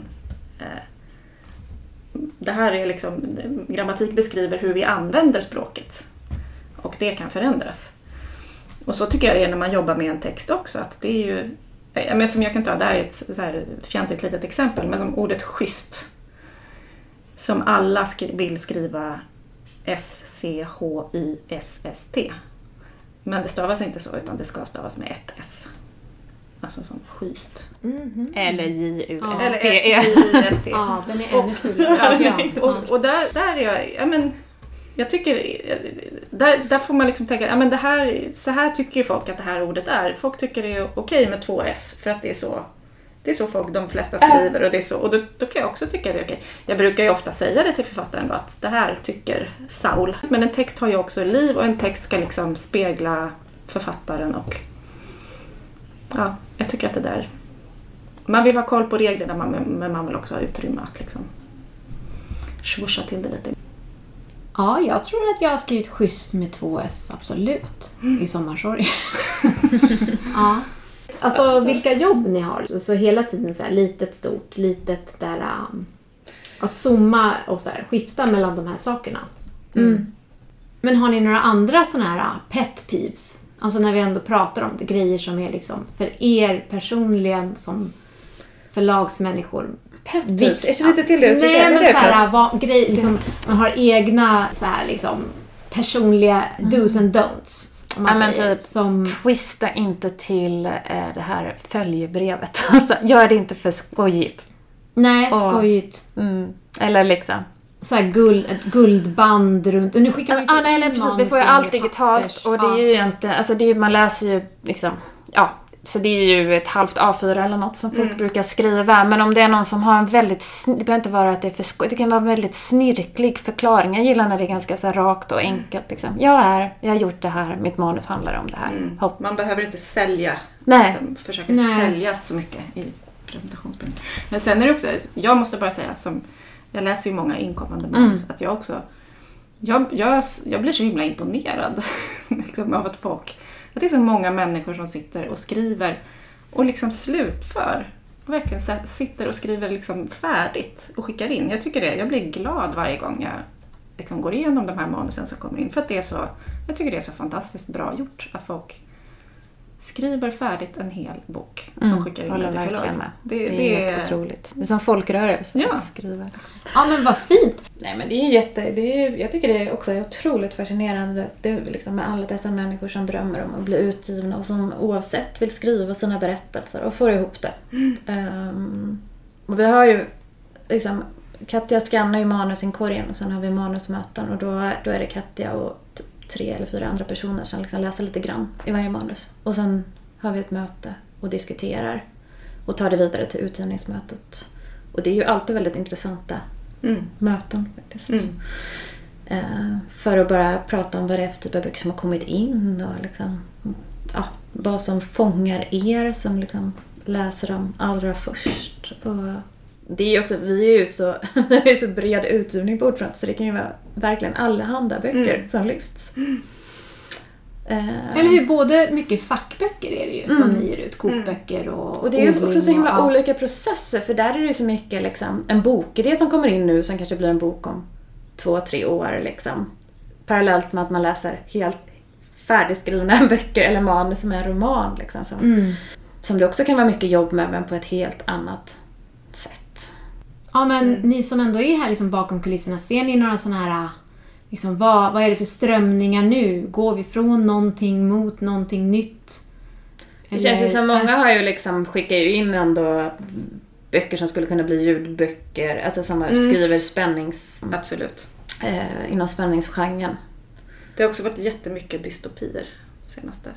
[SPEAKER 4] Det här är liksom, grammatik beskriver hur vi använder språket, och det kan förändras. Och så tycker jag det är när man jobbar med en text också, att det är ju, men som jag kan ta, det här är ett så här fjantigt litet exempel, men som ordet schysst, som alla skri- vill skriva S C H Y S S T. Men det stavas inte så, utan det ska stavas med ett S. Alltså som schysst.
[SPEAKER 5] Mhm.
[SPEAKER 3] Eller J U
[SPEAKER 5] Ja.
[SPEAKER 3] S
[SPEAKER 4] Eller
[SPEAKER 3] T
[SPEAKER 4] S
[SPEAKER 3] E.
[SPEAKER 4] J S T.
[SPEAKER 5] Ja, den är ännu fulare. Ja, ja.
[SPEAKER 4] Och, och där, där är jag, ja men, jag tycker, där, där får man liksom tänka, ja men det här, så här tycker ju folk att det här ordet är. Folk tycker det är okej med två S, för att det är så, det är så folk, de flesta skriver och det är så, och då, då kan jag också tycka det är okej. Jag brukar ju ofta säga det till författaren då, att det här tycker Saul. Men en text har ju också liv, och en text ska liksom spegla författaren, och ja, jag tycker att det där, man vill ha koll på reglerna, men man vill också ha utrymme att liksom svuscha till det lite.
[SPEAKER 5] Ja, jag tror att jag har skrivit schysst med två S, absolut, i Sommarsorg. Ja. Alltså, vilka jobb ni har. Så, så hela tiden så här, litet, stort, litet, där um, att zooma och så här, skifta mellan de här sakerna.
[SPEAKER 3] Mm.
[SPEAKER 5] Men har ni några andra såna här uh, pet peeves? Alltså när vi ändå pratar om det, grejer som är liksom för er personligen som förlagsmänniskor.
[SPEAKER 3] Peppigt. Jag känner inte till det.
[SPEAKER 5] Nej, men så här, vad, grej, liksom, man har egna så här, liksom, personliga do's and don'ts. Om man
[SPEAKER 3] Ja, men
[SPEAKER 5] säger,
[SPEAKER 3] typ,
[SPEAKER 5] som...
[SPEAKER 3] twista inte till eh, det här följebrevet. Alltså, gör det inte för skojigt.
[SPEAKER 5] Nej,
[SPEAKER 3] Och-
[SPEAKER 5] skojigt.
[SPEAKER 3] Mm. Eller liksom.
[SPEAKER 5] Så här guld, ett guldband runt. Och nu skickar vi
[SPEAKER 3] Ja, nej, nej, precis. Vi får ju allt digitalt. Och det är ju
[SPEAKER 5] ja.
[SPEAKER 3] inte, alltså det är, man läser ju liksom, ja. Så det är ju ett halvt A fyra eller något som folk
[SPEAKER 4] Mm.
[SPEAKER 3] brukar skriva. Men om det är någon som har en väldigt, sn- det behöver inte vara att det är för skoj. Det kan vara en väldigt snirklig förklaring. Jag gillar när det är ganska så här rakt och enkelt. Liksom. Jag är, jag har gjort det här, mitt manus handlar om det här.
[SPEAKER 4] Mm.
[SPEAKER 3] Hopp.
[SPEAKER 4] Man behöver inte sälja,
[SPEAKER 3] Nej.
[SPEAKER 4] liksom, försöka
[SPEAKER 5] Nej.
[SPEAKER 4] sälja så mycket i presentationsbilden. Men sen är det också, jag måste bara säga, som jag läser ju många inkommande manus,
[SPEAKER 3] Mm.
[SPEAKER 4] att jag också, jag, jag, jag blir så himla imponerad liksom, av att folk, att det är så många människor som sitter och skriver och liksom slutför. Och verkligen s- sitter och skriver liksom färdigt och skickar in. Jag tycker det, jag blir glad varje gång jag liksom går igenom de här manusen som kommer in. För att det är så, jag tycker det är så fantastiskt bra gjort att folk skriver färdigt en hel bok och
[SPEAKER 3] Mm,
[SPEAKER 4] skickar in
[SPEAKER 3] håller
[SPEAKER 4] den till
[SPEAKER 3] verkligen
[SPEAKER 4] förlag.
[SPEAKER 3] med.
[SPEAKER 4] Det,
[SPEAKER 3] Det är
[SPEAKER 4] det är
[SPEAKER 3] helt otroligt. Det är som folkrörelse
[SPEAKER 4] Ja.
[SPEAKER 3] att skriva.
[SPEAKER 5] Ja, men vad fint.
[SPEAKER 3] Nej, men det är jätte, det är, jag tycker det är också otroligt fascinerande, det är liksom med alla dessa människor som drömmer om att bli utgivna och som oavsett vill skriva sina berättelser och få ihop det.
[SPEAKER 4] Mm.
[SPEAKER 3] Um, och vi har ju liksom, Katja skannar ju manusinkorgen och sen har vi manusmöten och då, då är det Katja och t- tre eller fyra andra personer som liksom läser lite grann i varje manus. Och sen har vi ett möte och diskuterar och tar det vidare till utgivningsmötet. Och det är ju alltid väldigt intressanta
[SPEAKER 4] Mm.
[SPEAKER 3] möten faktiskt.
[SPEAKER 4] Mm.
[SPEAKER 3] Eh, för att bara prata om vad det är för typ av böcker som har kommit in och liksom, ja, vad som fångar er som liksom läser dem allra först. Och det är ju också, vi är ju så, det är så bred utgivning på Ordfront så det kan ju vara verkligen allehanda böcker
[SPEAKER 4] Mm.
[SPEAKER 3] som lyfts. Eh,
[SPEAKER 5] Eller hur, både mycket fackböcker är det ju som
[SPEAKER 3] Mm.
[SPEAKER 5] ni ger ut. Kokböcker och
[SPEAKER 3] Och det är ju också
[SPEAKER 5] odling
[SPEAKER 3] så himla
[SPEAKER 5] och, ja.
[SPEAKER 3] olika processer för där är det ju så mycket liksom, en bokidé som kommer in nu som kanske blir en bok om två, tre år liksom. Parallellt med att man läser helt färdigskrivna böcker eller manus som är en roman liksom. Som,
[SPEAKER 5] Mm.
[SPEAKER 3] som det också kan vara mycket jobb med men på ett helt annat sätt.
[SPEAKER 5] Ja, men ni som ändå är här liksom bakom kulisserna, ser ni några sådana här, liksom, vad, vad är det för strömningar nu? Går vi från någonting mot någonting nytt?
[SPEAKER 3] Det känns ju som många har ju liksom skickat ju in ändå böcker som skulle kunna bli ljudböcker, alltså som
[SPEAKER 4] Mm.
[SPEAKER 3] skriver spännings,
[SPEAKER 4] Absolut.
[SPEAKER 3] eh, inom spänningsgenren.
[SPEAKER 4] Det har också varit jättemycket dystopier senaste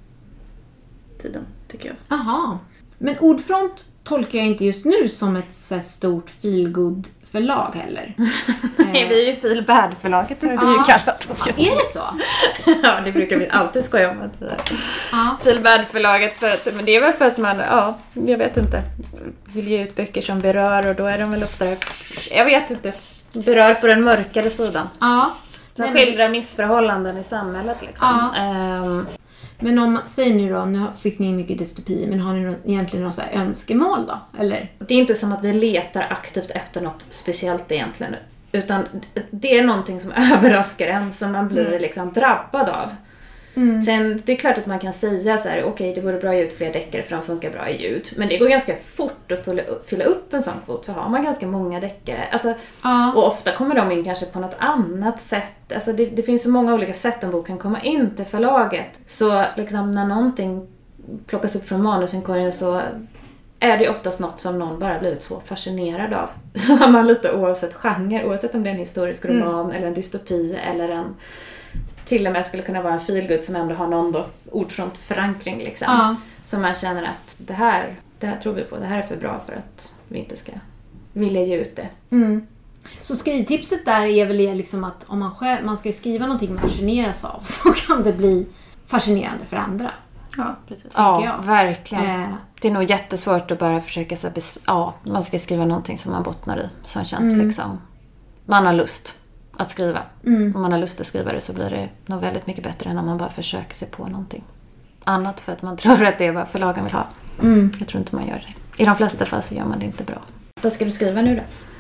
[SPEAKER 4] tiden, tycker jag.
[SPEAKER 5] Aha. Men Ordfront tolkar jag inte just nu som ett så här stort feelgood förlag heller.
[SPEAKER 3] Nej, vi är ju Feel Bad-förlaget har vi ju
[SPEAKER 5] Ja.
[SPEAKER 3] kallat oss.
[SPEAKER 5] Är det så?
[SPEAKER 3] Ja, det brukar vi alltid skoja om att vi är
[SPEAKER 5] Ja.
[SPEAKER 3] Feel Bad-förlaget. För att, men det är väl för att man, ja, jag vet inte, vill ge ut böcker som berör och då är de väl oftare, jag vet inte, berör på den mörkare sidan.
[SPEAKER 5] Ja.
[SPEAKER 3] De
[SPEAKER 5] Nej, men det-
[SPEAKER 3] skildrar missförhållanden i samhället liksom.
[SPEAKER 5] Ja.
[SPEAKER 3] Ehm,
[SPEAKER 5] Men om, säg nu då, nu fick ni mycket dystopi, men har ni nå- egentligen några så här önskemål då? Eller?
[SPEAKER 3] det är inte som att vi letar aktivt efter något speciellt egentligen. Utan det är någonting som överraskar en som man blir
[SPEAKER 4] Mm.
[SPEAKER 3] liksom drabbad av. Mm. Sen det är klart att man kan säga så här: okej, okay, det vore bra att ge ut fler deckare för de funkar bra i ljud. Men det går ganska fort att fylla upp, fylla upp en sån kvot, så har man ganska många deckare. Alltså, ja. Och ofta kommer de in kanske på något annat sätt. Alltså det, det finns så många olika sätt en bok kan komma in till förlaget. Så liksom när någonting plockas upp från manusinkorgen så är det oftast något som någon bara blivit så fascinerad av. Så har man lite oavsett genre, oavsett om det är en historisk roman mm. eller en dystopi eller en, till och med skulle kunna vara en feelgood som ändå har någon då ordfront förankring liksom. Ja. Så man känner att det här, det här tror vi på, det här är för bra för att vi inte ska vilja ge ut det.
[SPEAKER 5] Mm. Så skrivtipset där är väl liksom att om man själv, man ska skriva någonting man fascineras av, så kan det bli fascinerande för andra.
[SPEAKER 3] Ja, precis. Ja, jag. verkligen. Eh. Det är nog jättesvårt att bara försöka så bes- ja, man ska skriva någonting som man bottnar i, som känns mm. liksom, man har lust att skriva. Mm. Om man har lust att skriva det så blir det nog väldigt mycket bättre än om man bara försöker sig på någonting annat för att man tror att det är vad förlagen vill ha. Mm. Jag tror inte man gör det. I de flesta fall så gör man det inte bra. Vad ska du skriva nu då?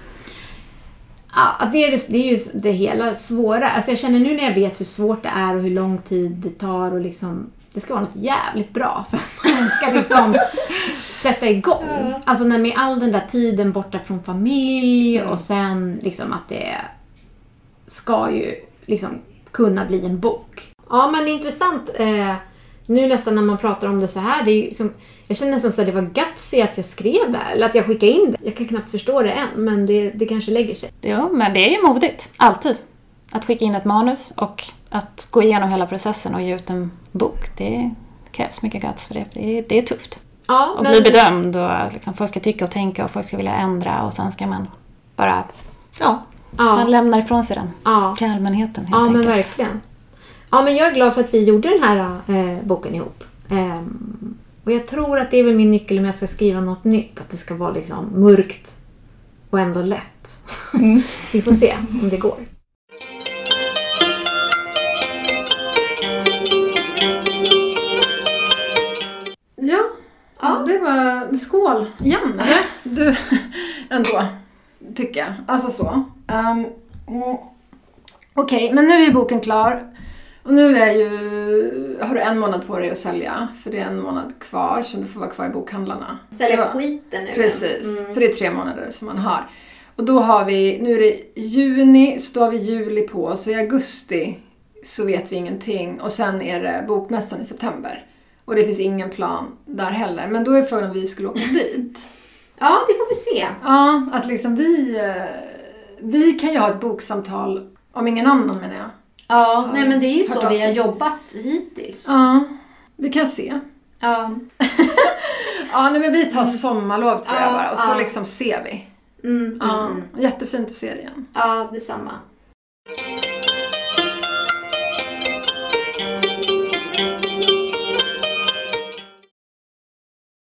[SPEAKER 5] Ja, det är, det, det är ju det hela svåra. Alltså jag känner nu när jag vet hur svårt det är och hur lång tid det tar och liksom, det ska vara något jävligt bra för att man ska liksom sätta igång. Ja. Alltså när med all den där tiden borta från familj mm. och sen liksom att det ska ju liksom kunna bli en bok. Ja, men det är intressant eh, nu nästan när man pratar om det så här. Det är liksom, jag känner nästan så att det var gutsy att jag skrev det här, eller att jag skickade in det. Jag kan knappt förstå det än, men det, det kanske lägger sig.
[SPEAKER 3] Ja, men det är ju modigt. Alltid. Att skicka in ett manus och att gå igenom hela processen och ge ut en bok. Det krävs mycket guts för det. Det är, det är tufft. Ja, och men... bli bedömd och liksom, folk ska tycka och tänka och folk ska vilja ändra och sen ska man bara, ja, ja. man lämnar ifrån sig den ja. till allmänheten. Helt
[SPEAKER 5] ja,
[SPEAKER 3] enkelt.
[SPEAKER 5] Men verkligen. Ja, men jag är glad för att vi gjorde den här eh, boken ihop. Um, och jag tror att det är väl min nyckel om jag ska skriva något nytt. Att det ska vara liksom mörkt och ändå lätt. Mm. Vi får se om det går.
[SPEAKER 1] Ja, ja. Det var skål igen. Du, ändå, tycker jag. Alltså så. Um, Okej, okay, men nu är ju boken klar. Och nu är ju, har du en månad på dig att sälja. För det är en månad kvar som du får vara kvar i bokhandlarna.
[SPEAKER 2] Sälja var, skiten nu.
[SPEAKER 1] Precis, mm. för det är tre månader som man har. Och då har vi, nu är det juni, så då har vi juli på. Så i augusti så vet vi ingenting. Och sen är det bokmässan i september. Och det finns ingen plan där heller. Men då är frågan om vi skulle åka dit.
[SPEAKER 2] Ja, det får vi se.
[SPEAKER 1] Ja, att liksom vi, vi kan ju ha ett boksamtal om ingen annan, menar jag.
[SPEAKER 2] Ja, nej men det är ju så vi har jobbat hittills.
[SPEAKER 1] Ja, vi kan se.
[SPEAKER 2] Ja.
[SPEAKER 1] Ja, nej, men vi tar sommarlov tror jag bara. Och så ja. liksom ser vi.
[SPEAKER 2] Mm,
[SPEAKER 1] ja,
[SPEAKER 2] mm.
[SPEAKER 1] Jättefint att se det igen.
[SPEAKER 2] Ja, detsamma.